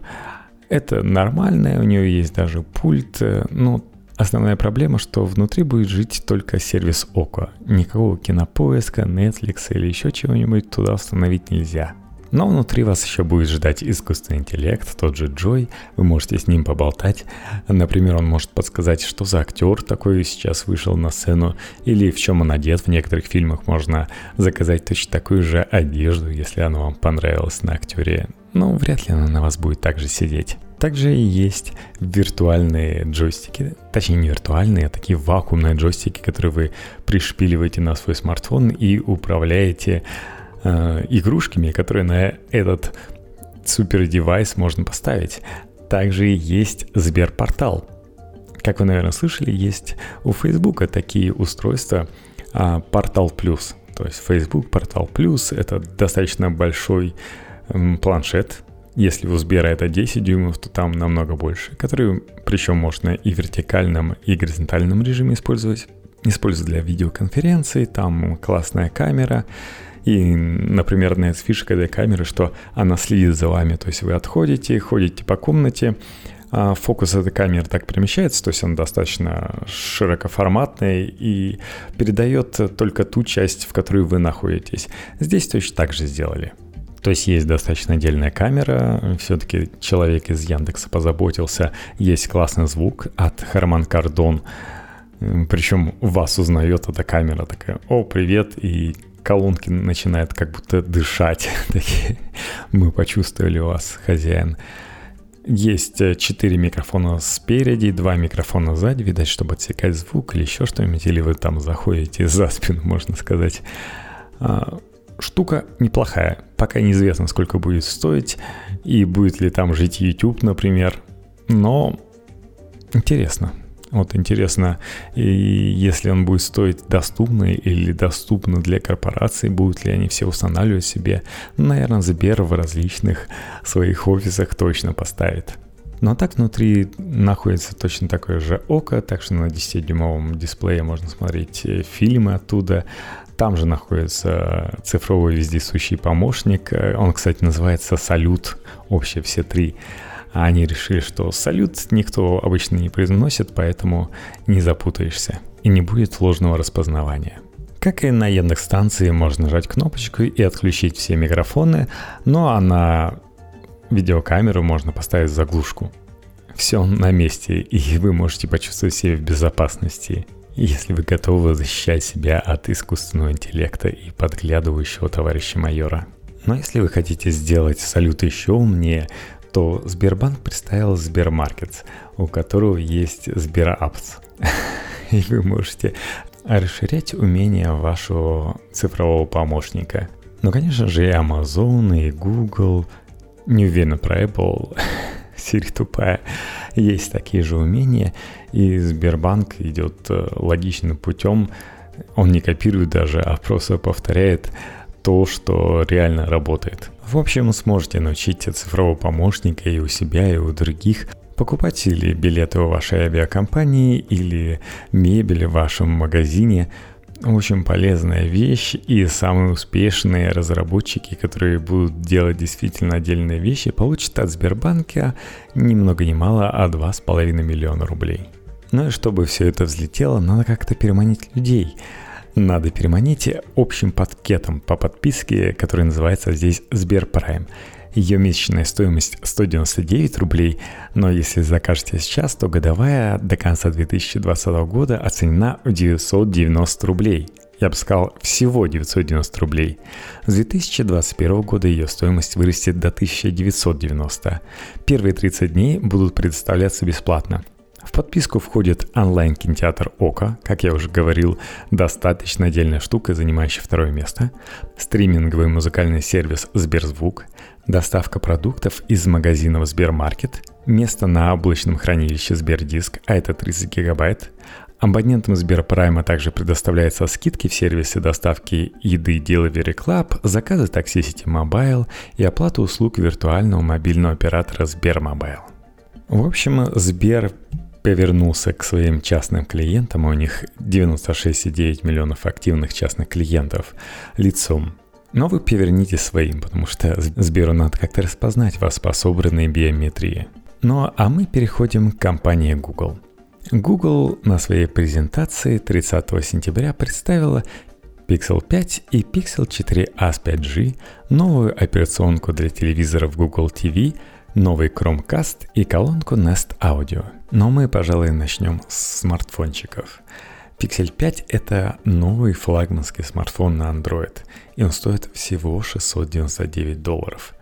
Это нормальная, у нее есть даже пульт, но основная проблема, что внутри будет жить только сервис Око. Никакого кинопоиска, Netflix или еще чего-нибудь туда установить нельзя. Но внутри вас еще будет ждать искусственный интеллект, тот же Джой, вы можете с ним поболтать. Например, он может подсказать, что за актер такой сейчас вышел на сцену, или в чем он одет. В некоторых фильмах можно заказать точно такую же одежду, если она вам понравилась на актере. Но вряд ли она на вас будет так же сидеть. Также и есть виртуальные джойстики, точнее не виртуальные, а такие вакуумные джойстики, которые вы пришпиливаете на свой смартфон и управляете э, игрушками, которые на этот супер девайс можно поставить. Также есть Сберпортал. Как вы, наверное, слышали, есть у Фейсбука такие устройства э, Портал Плюс. То есть Facebook Портал Плюс — это достаточно большой э, планшет. Если у Сбера это десять дюймов, то там намного больше, который причем можно и в вертикальном, и горизонтальном режиме использовать. Используют для видеоконференций, там классная камера. И, например, одна из фишек этой камеры, что она следит за вами. То есть вы отходите, ходите по комнате, а фокус этой камеры так перемещается, то есть он достаточно широкоформатный и передает только ту часть, в которой вы находитесь. Здесь точно так же сделали. То есть есть достаточно отдельная камера, все-таки человек из Яндекса позаботился, есть классный звук от Harman Kardon, причем вас узнает эта камера, такая: о, привет, и колонки начинают как будто дышать, такие: мы почувствовали вас, хозяин. Есть четыре микрофона спереди, два микрофона сзади, видать, чтобы отсекать звук или еще что-нибудь, или вы там заходите за спину, можно сказать. Штука неплохая, пока неизвестно, сколько будет стоить и будет ли там жить YouTube, например, но интересно. Вот интересно, и если он будет стоить доступно или доступно для корпораций, будут ли они все устанавливать себе. Наверное, Сбер в различных своих офисах точно поставит. Но так внутри находится точно такое же око, так что на десятидюймовом дисплее можно смотреть фильмы оттуда. Там же находится цифровой вездесущий помощник. Он, кстати, называется Салют, общие все три. А они решили, что салют никто обычно не произносит, поэтому не запутаешься и не будет ложного распознавания. Как и на Яндекс.Станции, можно нажать кнопочку и отключить все микрофоны, ну а на видеокамеру можно поставить заглушку. Все на месте, и вы можете почувствовать себя в безопасности, если вы готовы защищать себя от искусственного интеллекта и подглядывающего товарища майора. Но если вы хотите сделать салют еще умнее, то Сбербанк представил Сбермаркетс, у которого есть Сберапс. И вы можете расширять умения вашего цифрового помощника. Ну, конечно же, и Amazon, и Google, не уверен про Apple, Siri тупая, есть такие же умения, и Сбербанк идет логичным путем, он не копирует даже, а просто повторяет то, что реально работает. В общем, сможете научить цифрового помощника и у себя, и у других покупать или билеты у вашей авиакомпании, или мебель в вашем магазине. В общем, полезная вещь, и самые успешные разработчики, которые будут делать действительно отдельные вещи, получат от Сбербанка ни много ни мало, а два с половиной миллиона рублей. Ну и чтобы все это взлетело, надо как-то переманить людей. Надо переманить общим пакетом по подписке, который называется здесь Сберпрайм. Ее месячная стоимость сто девяносто девять рублей, но если закажете сейчас, то годовая до конца две тысячи двадцатого года оценена в девятьсот девяносто рублей. Я бы сказал, всего девятьсот девяносто рублей. С две тысячи двадцать первого года ее стоимость вырастет до тысяча девятьсот девяносто. Первые тридцать дней будут предоставляться бесплатно. В подписку входит онлайн-кинотеатр ОКО, как я уже говорил, достаточно отдельная штука, занимающая второе место, стриминговый музыкальный сервис Сберзвук, доставка продуктов из магазинов Сбермаркет, место на облачном хранилище Сбердиск, а это тридцать гигабайт. Абонентам Сберпрайма также предоставляются скидки в сервисе доставки еды Delivery Club, заказы такси сети Mobile и оплата услуг виртуального мобильного оператора Сбермобайл. В общем, Сбер повернулся к своим частным клиентам, у них девяносто шесть целых девять десятых миллионов активных частных клиентов, лицом. Но вы поверните своим, потому что Сберу надо как-то распознать вас по собранной биометрии. Ну а мы переходим к компании Google. Google на своей презентации тридцатого сентября представила Pixel пять и Pixel четыре а с пять джи, новую операционку для телевизоров Google ти ви, новый Chromecast и колонку Nest Audio. Но мы, пожалуй, начнем с смартфончиков. Pixel пять – это новый флагманский смартфон на Android, и он стоит всего шестьсот девяносто девять долларов.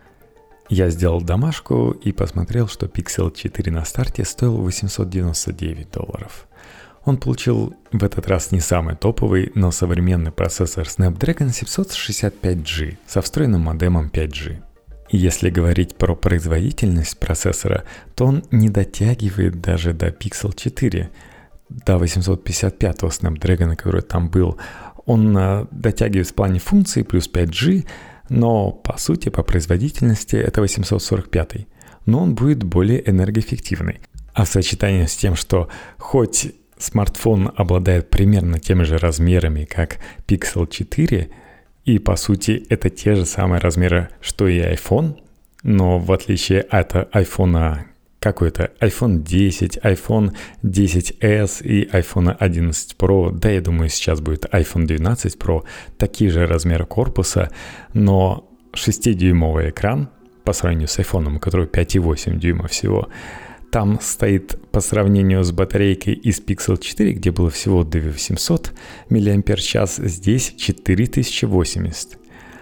Я сделал домашку и посмотрел, что Pixel четыре на старте стоил восемьсот девяносто девять долларов. Он получил в этот раз не самый топовый, но современный процессор Snapdragon семьсот шестьдесят пять джи со встроенным модемом пять джи. Если говорить про производительность процессора, то он не дотягивает даже до Pixel четыре, до восемьсот пятьдесят пятого Snapdragon, который там был. Он а, дотягивает в плане функций плюс пять джи, но по сути по производительности это восемьсот сорок пятый, но он будет более энергоэффективный. А в сочетании с тем, что хоть смартфон обладает примерно теми же размерами, как Pixel четыре, и по сути это те же самые размеры, что и iPhone, но в отличие от iPhone какой-то iPhone десять, iPhone десять эс и iPhone одиннадцать Pro, да я думаю сейчас будет iPhone двенадцать Pro, такие же размеры корпуса, но шестидюймовый экран по сравнению с iPhone, у которого пять и восемь дюйма всего, там стоит по сравнению с батарейкой из Pixel четыре, где было всего две тысячи восемьсот мАч, здесь четыре тысячи восемьдесят.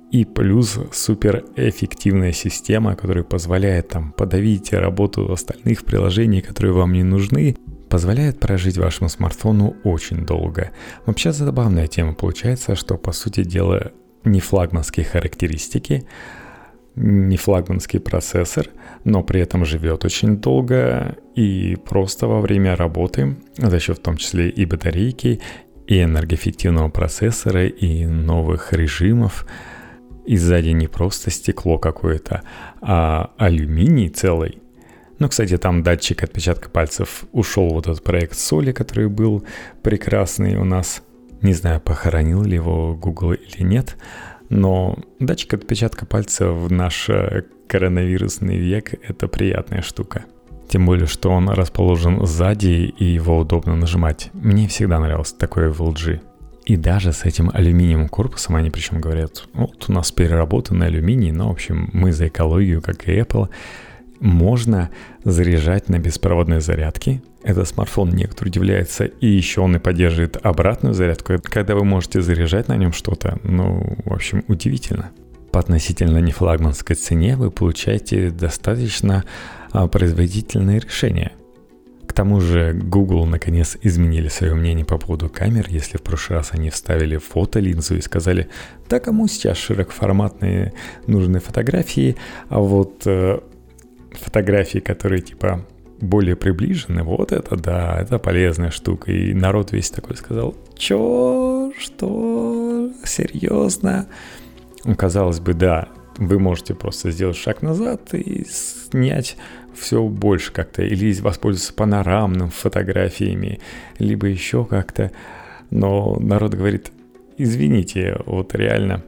И плюс суперэффективная система, которая позволяет там подавить работу остальных приложений, которые вам не нужны, позволяет прожить вашему смартфону очень долго. Вообще забавная тема получается, что по сути дела не флагманские характеристики, не флагманский процессор, но при этом живет очень долго и просто во время работы, за счет в том числе и батарейки, и энергоэффективного процессора, и новых режимов. И сзади не просто стекло какое-то, а алюминий целый. Ну, кстати, там датчик отпечатка пальцев ушел, вот этот проект соли, который был прекрасный у нас. Не знаю, похоронил ли его Google или нет, но датчик отпечатка пальца в наш коронавирусный век – это приятная штука. Тем более, что он расположен сзади и его удобно нажимать. Мне всегда нравилось такое в эл джи. И даже с этим алюминиевым корпусом они причем говорят, вот у нас переработанный алюминий, но, в общем, мы за экологию, как и Apple. Можно заряжать на беспроводной зарядке. Это смартфон некоторые удивляется. И еще он и поддерживает обратную зарядку, когда вы можете заряжать на нем что-то. Ну, в общем, удивительно. По относительно нефлагманской цене вы получаете достаточно а, производительное решение. К тому же Google наконец изменили свое мнение по поводу камер. Если в прошлый раз они вставили фотолинзу и сказали, да кому сейчас широкоформатные нужны фотографии, а вот... Э, фотографии, которые типа более приближены, вот это да, это полезная штука. И народ весь такой сказал, чё, что, серьезно? Казалось бы, да, вы можете просто сделать шаг назад и снять все больше как-то, или воспользоваться панорамными фотографиями, либо еще как-то. Но народ говорит, извините, вот реально,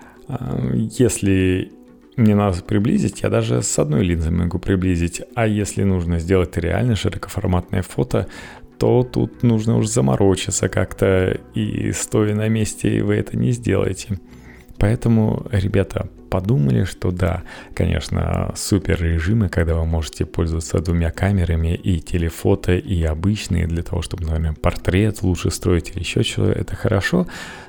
если... мне надо приблизить, я даже с одной линзой могу приблизить. А если нужно сделать реально широкоформатное фото, то тут нужно уж заморочиться как-то, и стоя на месте вы это не сделаете. Поэтому ребята подумали, что да, конечно, супер режимы, когда вы можете пользоваться двумя камерами, и телефото, и обычные, для того, чтобы, наверное, портрет лучше строить или еще что-то, это хорошо,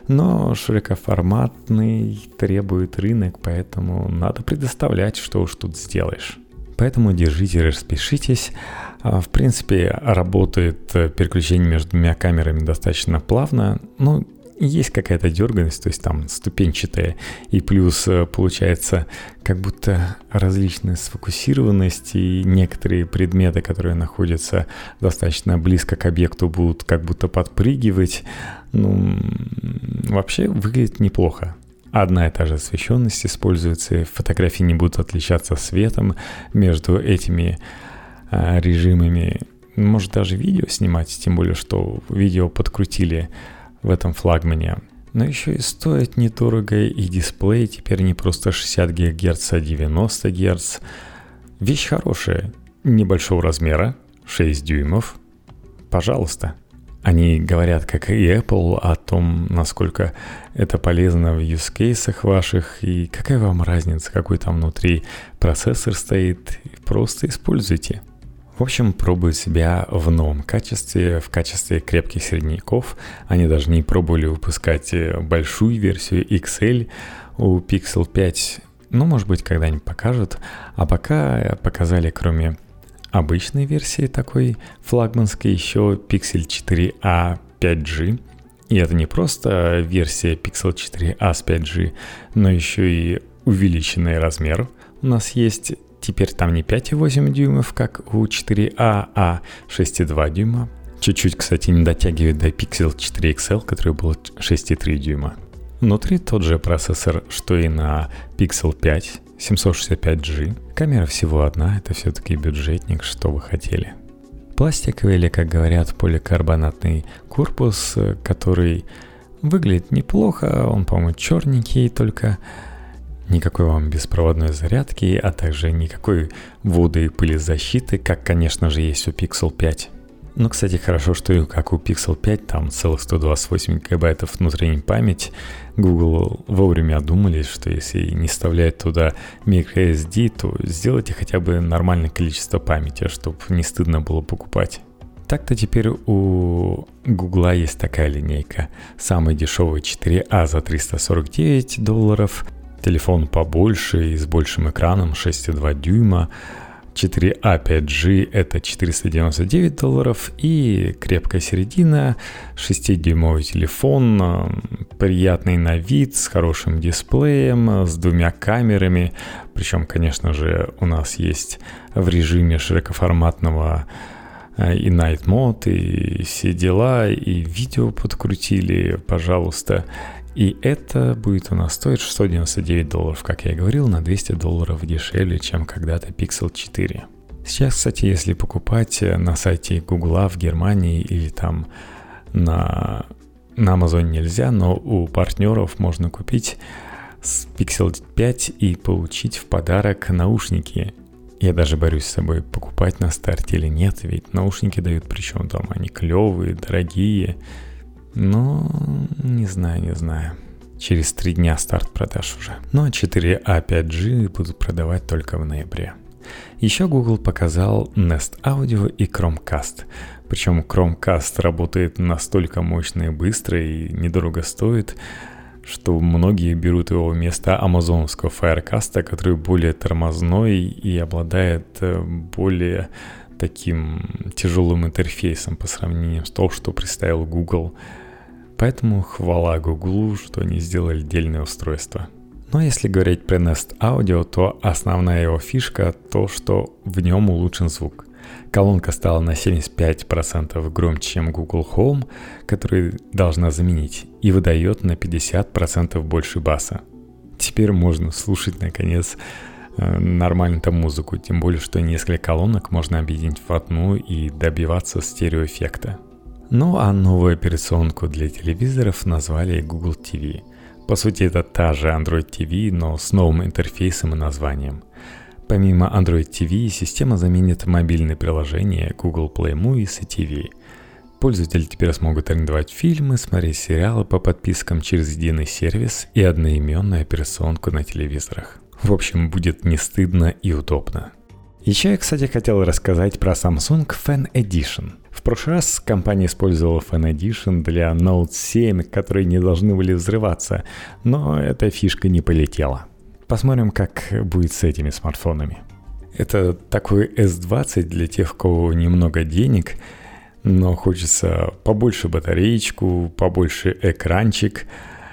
но широкоформатный требует рынок, поэтому надо предоставлять, что уж тут сделаешь. Поэтому держите, распишитесь. В принципе, работает переключение между двумя камерами достаточно плавно, но есть какая-то дерганность, то есть там ступенчатая, и плюс получается как будто различная сфокусированность, и некоторые предметы, которые находятся достаточно близко к объекту, будут как будто подпрыгивать. Ну, вообще выглядит неплохо. Одна и та же освещенность используется, фотографии не будут отличаться светом между этими а, режимами. Может даже видео снимать, тем более, что видео подкрутили в этом флагмане. Но еще и стоит недорого, и дисплей теперь не просто шестьдесят гигагерц, а девяносто герц. Вещь хорошая, небольшого размера, шесть дюймов. Пожалуйста. Они говорят, как и Apple, о том, насколько это полезно в юзкейсах ваших, и какая вам разница, какой там внутри процессор стоит. Просто используйте. В общем, пробуют себя в новом качестве, в качестве крепких средняков. Они даже не пробовали выпускать большую версию икс эль у Pixel пять. Ну, может быть, когда-нибудь покажут. А пока показали, кроме обычной версии такой флагманской, еще Pixel четыре а пять джи. И это не просто версия Pixel четыре а с пять джи, но еще и увеличенный размер у нас есть. Теперь там не пять и восемь дюймов, как у четыре а, а шесть и два дюйма. Чуть-чуть, кстати, не дотягивает до Pixel четыре икс эл, который был шесть и три дюйма. Внутри тот же процессор, что и на Pixel пять, семьсот шестьдесят пять джи. Камера всего одна, это все-таки бюджетник, что вы хотели. Пластиковый или, как говорят, поликарбонатный корпус, который выглядит неплохо, он, по-моему, черненький только... Никакой вам беспроводной зарядки, а также никакой водо- и пылезащиты, как, конечно же, есть у Pixel пять. Но, кстати, хорошо, что как у Pixel пять, там целых сто двадцать восемь гигабайтов внутренней памяти. Google вовремя одумались, что если не вставлять туда microSD, то сделайте хотя бы нормальное количество памяти, чтобы не стыдно было покупать. Так-то теперь у Google есть такая линейка. Самый дешевый четыре а за триста сорок девять долларов, телефон побольше и с большим экраном шесть целых два дюйма, четыре а пять джи это четыреста девяносто девять долларов, и крепкая середина, шестидюймовый телефон, приятный на вид, с хорошим дисплеем, с двумя камерами. Причем, конечно же, у нас есть в режиме широкоформатного и Night Mode, и все дела, и видео подкрутили, пожалуйста. И это будет у нас стоить шестьсот девяносто девять долларов, как я и говорил, на двести долларов дешевле, чем когда-то Pixel четыре. Сейчас, кстати, если покупать на сайте Гугла в Германии или там на, на Амазоне нельзя, но у партнеров можно купить с Pixel пять и получить в подарок наушники. Я даже борюсь с собой, покупать на старте или нет, ведь наушники дают, причем там они клевые, дорогие. Но не знаю, не знаю. Через три дня старт продаж уже. Ну а четыре а пять джи будут продавать только в ноябре. Еще Google показал Nest Audio и Chromecast. Причем Chromecast работает настолько мощно и быстро и недорого стоит, что многие берут его вместо амазоновского Firecast, который более тормозной и обладает более таким тяжелым интерфейсом по сравнению с тем, что представил Google. Поэтому хвала Google, что они сделали отдельное устройство. Но если говорить про Nest Audio, то основная его фишка то, что в нем улучшен звук. Колонка стала на семьдесят пять процентов громче, чем Google Home, который должна заменить, и выдает на пятьдесят процентов больше баса. Теперь можно слушать, наконец, нормально там музыку, тем более, что несколько колонок можно объединить в одну и добиваться стереоэффекта. Ну а новую операционку для телевизоров назвали Google ти ви. По сути, это та же Android ти ви, но с новым интерфейсом и названием. Помимо Android ти ви, система заменит мобильные приложения Google Play Movies и ти ви. Пользователи теперь смогут арендовать фильмы, смотреть сериалы по подпискам через единый сервис и одноименную операционку на телевизорах. В общем, будет не стыдно и удобно. Еще я, кстати, хотел рассказать про Samsung Fan Edition. В прошлый раз компания использовала Fan Edition для Note семь, которые не должны были взрываться, но эта фишка не полетела. Посмотрим, как будет с этими смартфонами. Это такой эс двадцать для тех, у кого немного денег, но хочется побольше батареечку, побольше экранчик,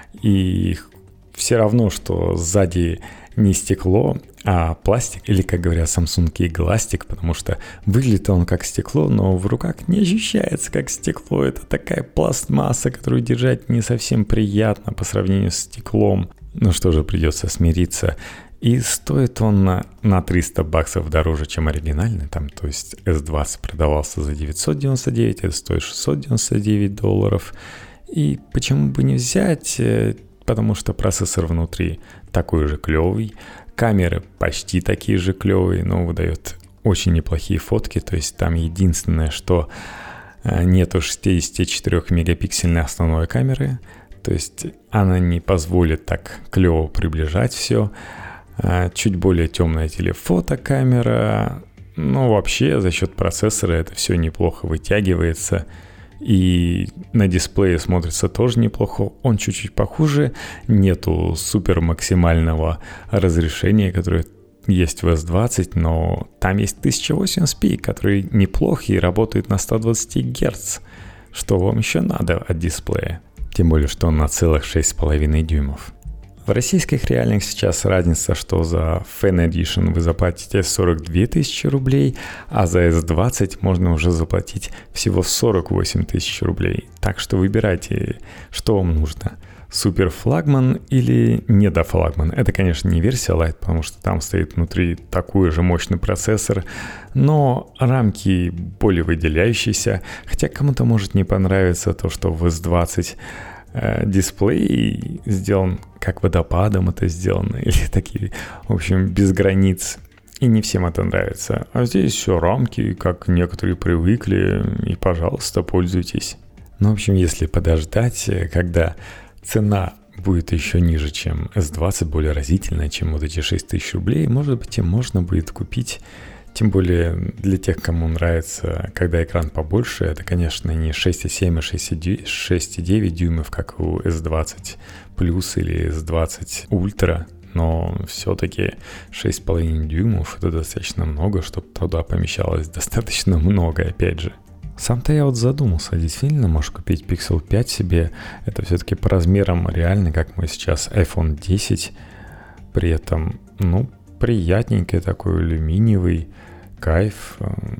и все равно, что сзади не стекло, а пластик, или, как говорят самсунги, гластик, потому что выглядит он как стекло, но в руках не ощущается как стекло. Это такая пластмасса, которую держать не совсем приятно по сравнению с стеклом. Ну что же, придется смириться. И стоит он на, на триста баксов дороже, чем оригинальный. Там, то есть эс двадцать продавался за девятьсот девяносто девять, это стоит шестьсот девяносто девять долларов. И почему бы не взять? Потому что процессор внутри такой же клевый, камеры почти такие же клевые, но выдает очень неплохие фотки. То есть там единственное, что нету шестидесятичетырёхмегапиксельной основной камеры. То есть она не позволит так клево приближать все. Чуть более темная телефотокамера. Но вообще за счет процессора это все неплохо вытягивается. И на дисплее смотрится тоже неплохо. Он чуть-чуть похуже. Нету супер максимального разрешения, которое есть в эс двадцать, но там есть тысяча восемьдесят пи, который неплох и работает на сто двадцать герц. Что вам еще надо от дисплея? Тем более, что он на целых шесть с половиной дюймов. В российских реалиях сейчас разница, что за Fan Edition вы заплатите сорок две тысячи рублей, а за эс двадцать можно уже заплатить всего сорок восемь тысяч рублей. Так что выбирайте, что вам нужно. Супер флагман или недофлагман. Это, конечно, не версия Lite, потому что там стоит внутри такой же мощный процессор, но рамки более выделяющиеся. Хотя кому-то может не понравиться то, что в эс двадцать э, дисплей сделан как водопадом это сделано, или такие, в общем, без границ. И не всем это нравится. А здесь все рамки, как некоторые привыкли, и, пожалуйста, пользуйтесь. Ну, в общем, если подождать, когда цена будет еще ниже, чем эс двадцать, более разительная, чем вот эти шесть тысяч рублей, может быть, и можно будет купить. Тем более для тех, кому нравится, когда экран побольше, это, конечно, не шесть целых семь, а шесть целых девять дюймов, как у эс двадцать плюс или эс двадцать ультра. но все-таки шесть с половиной дюймов — это достаточно много, чтобы туда помещалось достаточно много, опять же. Сам-то я вот задумался, действительно, можешь купить Pixel пять себе, это все-таки по размерам реально, как мой сейчас айфон десять, при этом, ну, приятненький такой алюминиевый, кайф,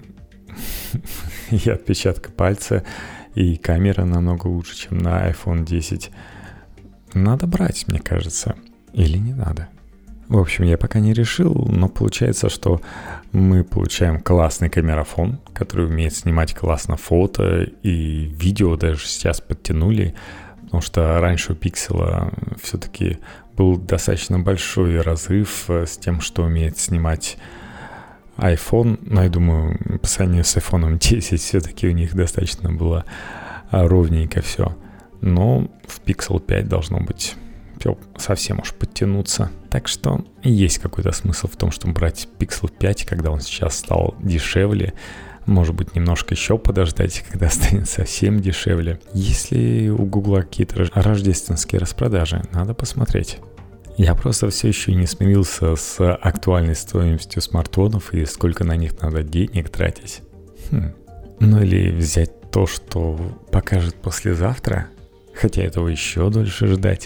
и отпечатка пальца, и камера намного лучше, чем на айфон десять. Надо брать, мне кажется, или не надо. В общем, я пока не решил, но получается, что мы получаем классный камерафон, который умеет снимать классно фото, и видео даже сейчас подтянули, потому что раньше у Pixel все-таки был достаточно большой разрыв с тем, что умеет снимать iPhone. Но я думаю, по сравнению с айфон десять все-таки у них достаточно было ровненько все. Но в Pixel пять должно быть совсем уж подтянуться. Так что есть какой-то смысл в том, чтобы брать Pixel пять, когда он сейчас стал дешевле. Может быть, немножко еще подождать, когда станет совсем дешевле. Если у Google какие-то рождественские распродажи, надо посмотреть. Я просто все еще не смирился с актуальной стоимостью смартфонов и сколько на них надо денег тратить. Хм. Ну или взять то, что покажет послезавтра, хотя этого еще дольше ждать.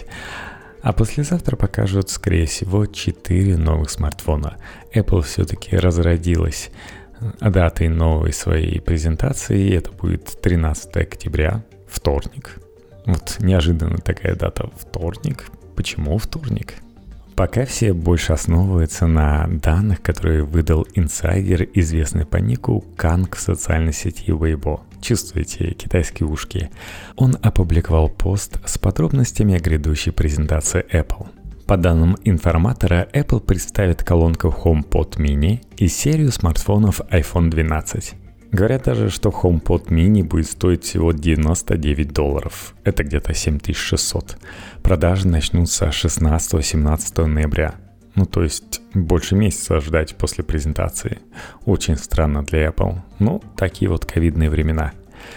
А послезавтра покажут, скорее всего, четыре новых смартфона. Apple все-таки разродилась датой новой своей презентации. Это будет тринадцатого октября, вторник. Вот неожиданно такая дата — вторник. Почему вторник? Пока все больше основываются на данных, которые выдал инсайдер, известный по нику Канг в социальной сети Weibo. Чувствуете китайские ушки? Он опубликовал пост с подробностями о грядущей презентации Apple. По данным информатора, Apple представит колонку HomePod Mini и серию смартфонов айфон двенадцать. Говорят даже, что HomePod Mini будет стоить всего девяносто девять долларов. Это где-то семь тысяч шестьсот. Продажи начнутся шестнадцатого-семнадцатого ноября. Ну, то есть больше месяца ждать после презентации. Очень странно для Apple. Ну, такие вот ковидные времена.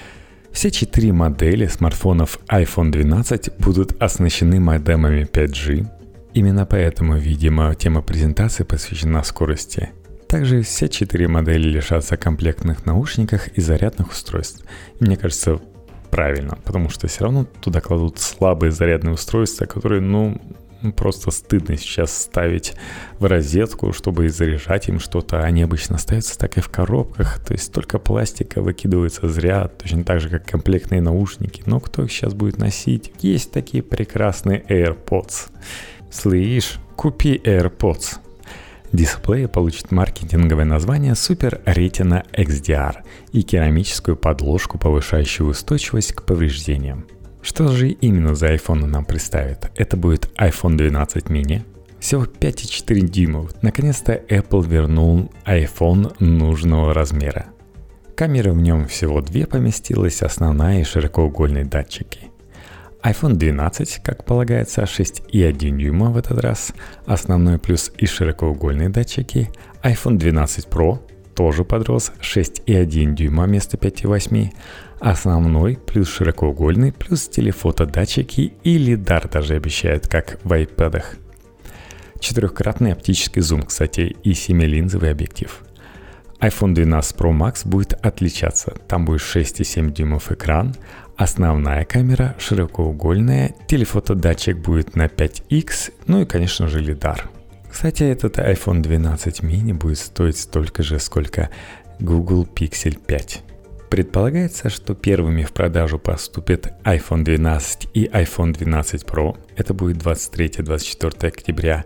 Все четыре модели смартфонов айфон двенадцать будут оснащены модемами пять джи. Именно поэтому, видимо, тема презентации посвящена скорости. Также все четыре модели лишатся комплектных наушников и зарядных устройств. И мне кажется, правильно, потому что все равно туда кладут слабые зарядные устройства, которые, ну, просто стыдно сейчас ставить в розетку, чтобы заряжать им что-то. Они обычно ставятся так и в коробках, то есть столько пластика выкидывается зря, точно так же, как комплектные наушники. Но кто их сейчас будет носить? Есть такие прекрасные AirPods. Слышь, купи AirPods. Дисплей получит маркетинговое название Super Retina икс ди ар и керамическую подложку, повышающую устойчивость к повреждениям. Что же именно за iPhone нам представит? Это будет айфон двенадцать mini, всего пять и четыре дюймов. Наконец-то Apple вернул iPhone нужного размера. Камеры в нем всего две поместилось, основная и широкоугольные датчики. айфон двенадцать, как полагается, шесть и один дюйма в этот раз, основной плюс и широкоугольные датчики. айфон двенадцать Pro тоже подрос, шесть и один дюйма вместо пять и восемь, основной плюс широкоугольный плюс телефотодатчики и лидар даже обещают, как в iPad'ах. Четырехкратный оптический зум, кстати, и семилинзовый объектив. айфон двенадцать Pro Max будет отличаться, там будет шесть и семь дюймов экран, основная камера широкоугольная, телефотодатчик будет на пять икс, ну и, конечно же, лидар. Кстати, этот айфон двенадцать mini будет стоить столько же, сколько Google Pixel пять. Предполагается, что первыми в продажу поступят айфон двенадцать и айфон двенадцать Pro. Это будет двадцать третьего - двадцать четвёртого октября.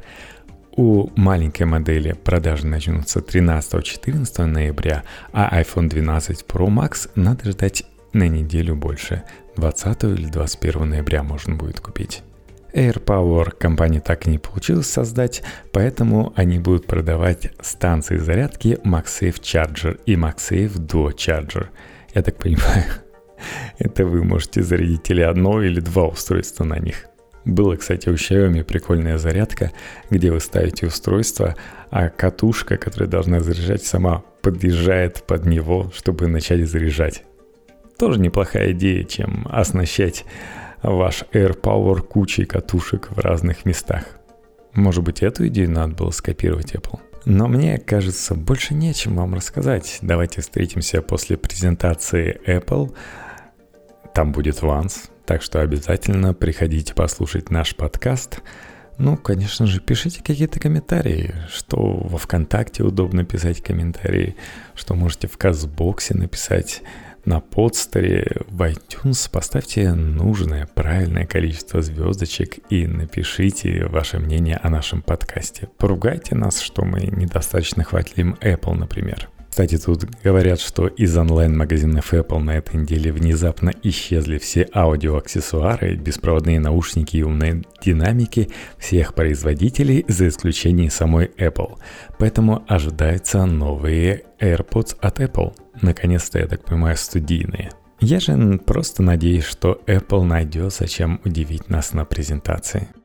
У маленькой модели продажи начнутся тринадцатого - четырнадцатого ноября, а айфон двенадцать Pro Max надо ждать на неделю больше. двадцатого или двадцать первого ноября можно будет купить. AirPower компания так и не получилось создать, поэтому они будут продавать станции зарядки MagSafe Charger и MagSafe Duo Charger. Я так понимаю, это вы можете зарядить или одно, или два устройства на них. Была, кстати, у Xiaomi прикольная зарядка, где вы ставите устройство, а катушка, которая должна заряжать, сама подъезжает под него, чтобы начать заряжать. Тоже неплохая идея, чем оснащать ваш AirPower кучей катушек в разных местах. Может быть, эту идею надо было скопировать Apple? Но мне кажется, больше нечем вам рассказать. Давайте встретимся после презентации Apple. Там будет Ванс, так что обязательно приходите послушать наш подкаст. Ну, конечно же, пишите какие-то комментарии, что во ВКонтакте удобно писать комментарии, что можете в Казбоксе написать, на подстере, в iTunes. Поставьте нужное, правильное количество звездочек и напишите ваше мнение о нашем подкасте. Поругайте нас, что мы недостаточно хвалим Apple, например. Кстати, тут говорят, что из онлайн-магазинов Apple на этой неделе внезапно исчезли все аудиоаксессуары, беспроводные наушники и умные динамики всех производителей, за исключением самой Apple. Поэтому ожидаются новые AirPods от Apple. Наконец-то, я так понимаю, студийные. Я же просто надеюсь, что Apple найдет, зачем удивить нас на презентации.